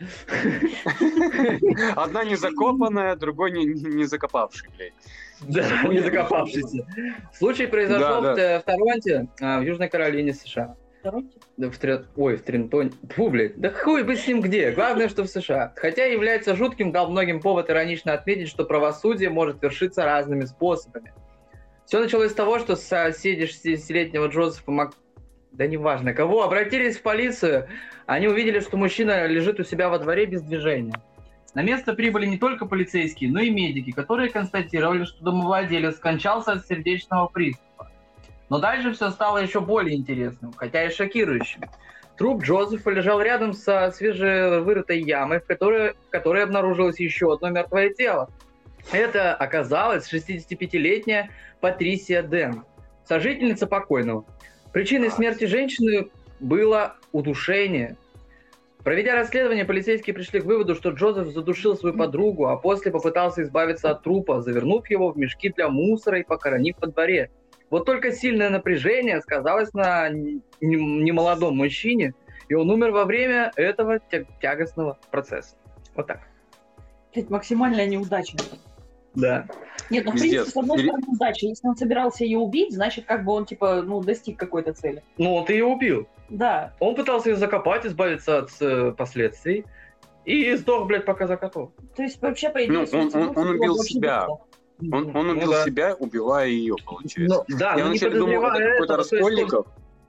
Одна не закопанная, другой не, не, не закопавший, блядь. Да, не закопавшийся. Случай произошел Да, в, Т- в Торонте, а, в Южной Каролине, США. Торонто? Да, в Тре- Ой, в Трентоне. Фу, блядь, да хуй бы с ним где. Главное, что в США. Хотя является жутким, дал многим повод иронично отметить, что правосудие может вершиться разными способами. Все началось с того, что соседи шестидесятилетнего Джозефа Мак... Да неважно кого, обратились в полицию. Они увидели, что мужчина лежит у себя во дворе без движения. На место прибыли не только полицейские, но и медики, которые констатировали, что домовладелец скончался от сердечного приступа. Но дальше все стало еще более интересным, хотя и шокирующим. Труп Джозефа лежал рядом со свежевырытой ямой, в которой, в которой обнаружилось еще одно мертвое тело. Это оказалась шестидесятипятилетняя Патрисия Дэн, сожительница покойного. Причиной смерти женщины было удушение. Проведя расследование, полицейские пришли к выводу, что Джозеф задушил свою подругу, а после попытался избавиться от трупа, завернув его в мешки для мусора и похоронив во дворе. Вот только сильное напряжение сказалось на немолодом мужчине, и он умер во время этого тягостного процесса. Вот так. Это максимальная неудача. Да. Нет, ну, в принципе, с одной стороны, удача. Если он собирался ее убить, значит, как бы он, типа, ну, достиг какой-то цели. Ну, он-то ее убил. Да. Он пытался ее закопать, избавиться от э, последствий, и сдох, блядь, пока закопал. То есть, вообще, по идее... Ну, он, он, он убил себя. Он, он убил ну, да. себя, убивая ее, получается. Ну, да, Я вначале думал, это какой-то Раскольников.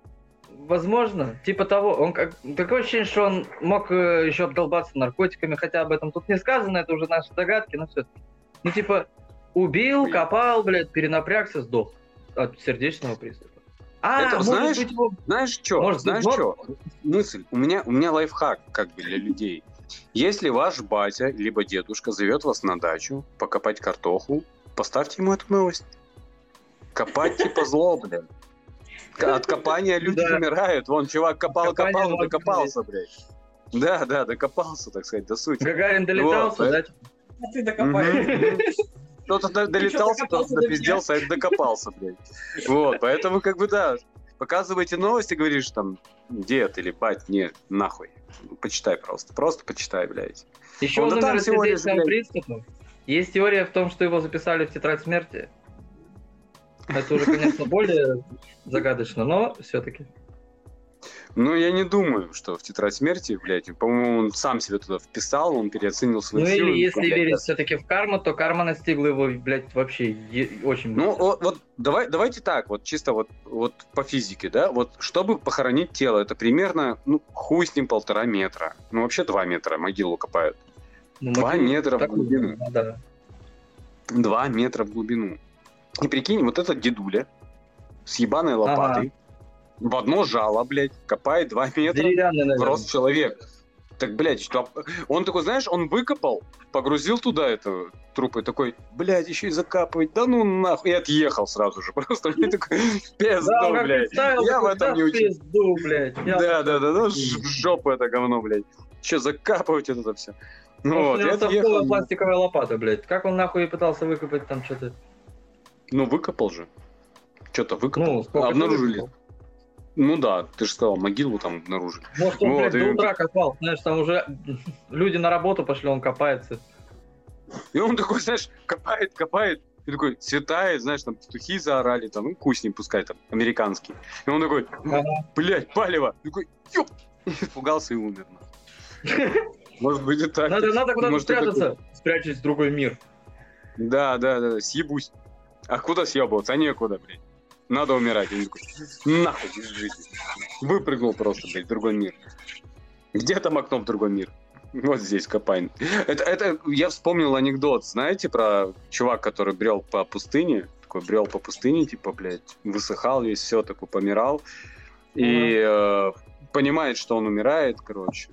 Возможно, типа того. Он как... Такое ощущение, что он мог э, еще обдолбаться наркотиками, хотя об этом тут не сказано, это уже наши догадки, но все-таки. Ну, типа, убил, копал, блядь, перенапрягся, сдох от сердечного приступа. А, это, может знаешь, быть, его... знаешь что? Может, знаешь быть, что? Мысль. У меня, у меня лайфхак, как бы, для людей. Если ваш батя, либо дедушка зовет вас на дачу покопать картоху, поставьте ему эту новость. Копать типа зло, блядь. От копания люди да. умирают. Вон, чувак копал-копал, докопался, блядь. Да, да, докопался, так сказать, до сути. Гагарин долетался, вот, да? А ты докопаешь. Кто-то долетался, кто-то допизделся, а это докопался, блядь. Вот, поэтому, как бы, да, показывайте новости, говоришь, там, дед или бать, нет, нахуй. Почитай просто, просто почитай, блядь. Еще он умер от сердечного приступа. Есть теория в том, что его записали в тетрадь смерти. Это уже, конечно, более загадочно, но все-таки. Ну, я не думаю, что в тетрадь смерти, блядь, по-моему, он сам себя туда вписал, он переоценил свои ну, силы. Ну, или если блядь, верить да. все-таки в карму, то карма настигла его, блядь, вообще е- очень... Ну, вот, вот давай, давайте так, вот чисто вот, вот по физике, да, вот чтобы похоронить тело, это примерно, ну, хуй с ним полтора метра. Ну, вообще два метра могилу копают. Ну, два метра в глубину. Да. Два метра в глубину. И прикинь, вот этот дедуля с ебаной лопатой, ага. в одно жало, блядь, копает два метра в рост человек. Так, блядь, что... Он такой, знаешь, он выкопал, погрузил туда это трупы, такой, блядь, еще и закапывать, да ну нахуй, и отъехал сразу же. Просто мне такой, пизду, блядь. Я в этом не учусь. Да, да, да, ну в жопу это говно, блядь. Че, закапывать это все. Ну, вот, я отъехал. Пластиковая лопата, блядь. Как он нахуй пытался выкопать там что-то? Ну, выкопал же. Что-то выкопал. Ну, обнаружили. Выкопал? Ну да, ты же сказал, могилу там обнаружили. Может, он, вот, блядь, и... до утра копал. Знаешь, там уже люди на работу пошли, он копается. И он такой, знаешь, копает, копает. И такой, светает, знаешь, там петухи заорали, там, ну, хуй с ним, пускай там, американский. И он такой, блядь, палево. И такой, ёп! И испугался и умер. Может быть и так. Надо, надо куда-то спрятаться. Спрячусь в другой мир. Да, да, да, съебусь. А куда съебываться? А некуда, блядь. Надо умирать. Я такой, нахуй из жизни. Выпрыгнул просто, блядь, в другой мир. Где там окно в другой мир? Вот здесь копай. Это, это, я вспомнил анекдот, знаете, про чувак, который брел по пустыне. Такой брел по пустыне, типа, блядь, высыхал весь, все, такой помирал. И э, понимает, что он умирает, короче.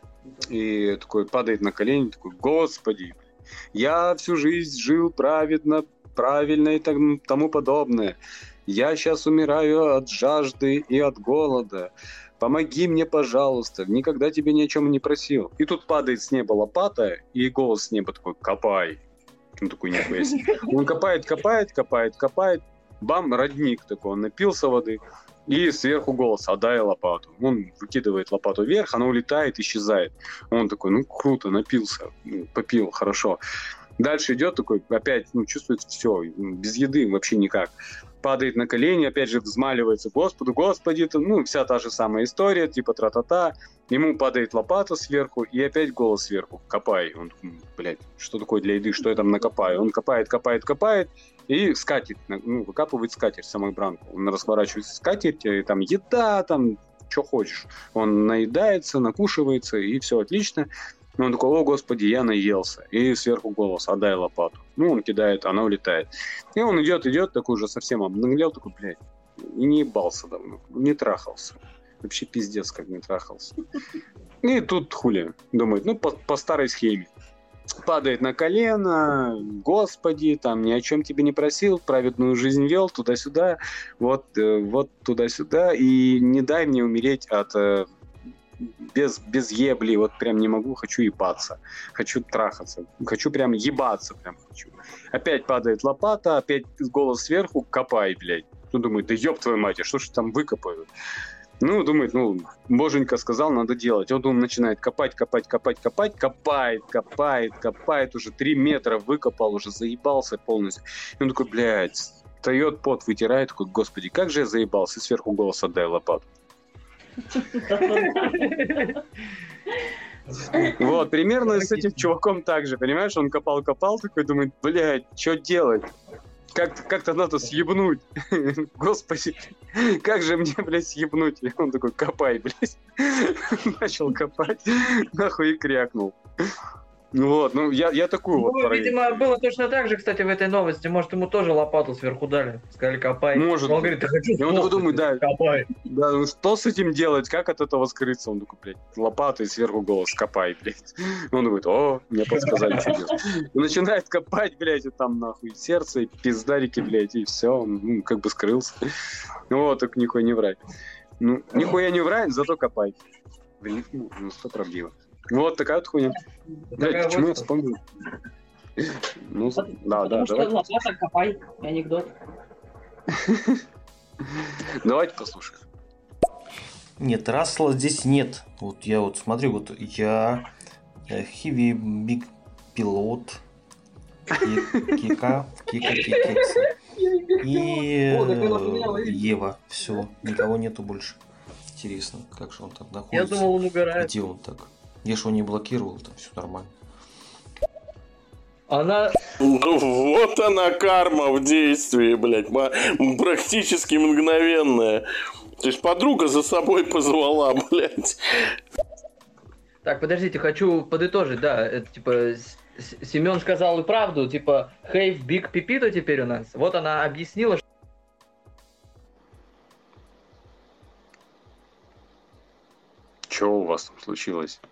И такой падает на колени, такой, господи, я всю жизнь жил праведно, правильно и тому подобное. Я сейчас умираю от жажды и от голода. Помоги мне, пожалуйста. Никогда тебе ни о чем не просил. И тут падает с неба лопата, и голос с неба такой, копай. Он такой, нихуя себе. Он копает, копает, копает, копает. Бам, родник такой, он напился воды. И сверху голос, отдай лопату. Он выкидывает лопату вверх, она улетает, исчезает. Он такой, ну круто, напился, попил, хорошо. Дальше идет такой, опять, ну, чувствует все, без еды вообще никак. Падает на колени, опять же взмаливается Господу, Господи, ну, вся та же самая история, типа тра-та-та. Ему падает лопата сверху, и опять голос сверху, копай. Он такой, блядь, что такое для еды, что я там накопаю? Он копает, копает, копает, И скатерть, ну, выкапывает скатерть, самобранку. Он разворачивает скатерть, и там еда, там, что хочешь. Он наедается, накушивается, и все отлично. И он такой: о, господи, я наелся. И сверху голос: отдай лопату. Ну, он кидает, она улетает. И он идет, идет, такой уже совсем обнаглел, такой: блядь, и не ебался давно, не трахался. Вообще пиздец, как не трахался. И тут хули, думает, ну, по, по старой схеме. Падает на колено: господи, там ни о чем тебе не просил, праведную жизнь вел, туда-сюда, вот, вот туда-сюда, и не дай мне умереть от без, без ебли, вот прям не могу, хочу ебаться, хочу трахаться, хочу прям ебаться, прям хочу. Опять падает лопата, опять голос сверху: копай, блядь. Ну, думает, да ёб твою мать, а что ж там выкопают? Ну, думает, ну, боженька сказал, надо делать. Вот он начинает копать, копать, копать, копать, копает, копает, копает, уже три метра выкопал, уже заебался полностью. И он такой: блядь, встает, пот вытирает, такой: господи, как же я заебался. И сверху голос: отдай лопату. Вот, примерно с этим чуваком так же, понимаешь? Он копал-копал, такой думает: блядь, что делать? Как-то, как-то надо съебнуть. Господи, как же мне, блядь, съебнуть? И он такой: копай, блядь. Начал копать, нахуй и крякнул. Вот, ну я, я такую ну, вот параллель. Видимо, было точно так же, кстати, в этой новости. Может, ему тоже лопату сверху дали. Сказали: копай. Может. Он говорит: я хочу. И он такой думает: да, копай. Да, ну что с этим делать? Как от этого скрыться? Он такой: блядь, лопата, и сверху голос: копай, блядь. Он говорит: о, мне подсказали, что делать. И начинает копать, блядь, и там нахуй сердце, и пиздарики, блядь, и все, он ну, как бы скрылся. Вот, так нихуя не врать. Ну, нихуя не врать, зато копай. Блин, ну что правдиво. Вот такая вот хуйня. Блядь, почему я вспомнил? Ну, да, да, Потому что давайте. лопата, копай, анекдот. Давайте послушаем. Нет, Рассела здесь нет. Вот я вот смотрю, вот я, Хиви, Биг Пилот, Кика, Кика, Кикекса и Ева. Все, никого нету больше. Интересно, как же он там находится? Я думал, он угорает. Где он так? Я же его не блокировал, там все нормально. Она... Ну, вот она карма в действии, блядь, практически мгновенная. То есть подруга за собой позвала, блядь. Так, подождите, хочу подытожить, да, это типа Семен сказал и правду, типа Хейв Биг Пипито теперь у нас. Вот она объяснила, что... Что у вас там случилось?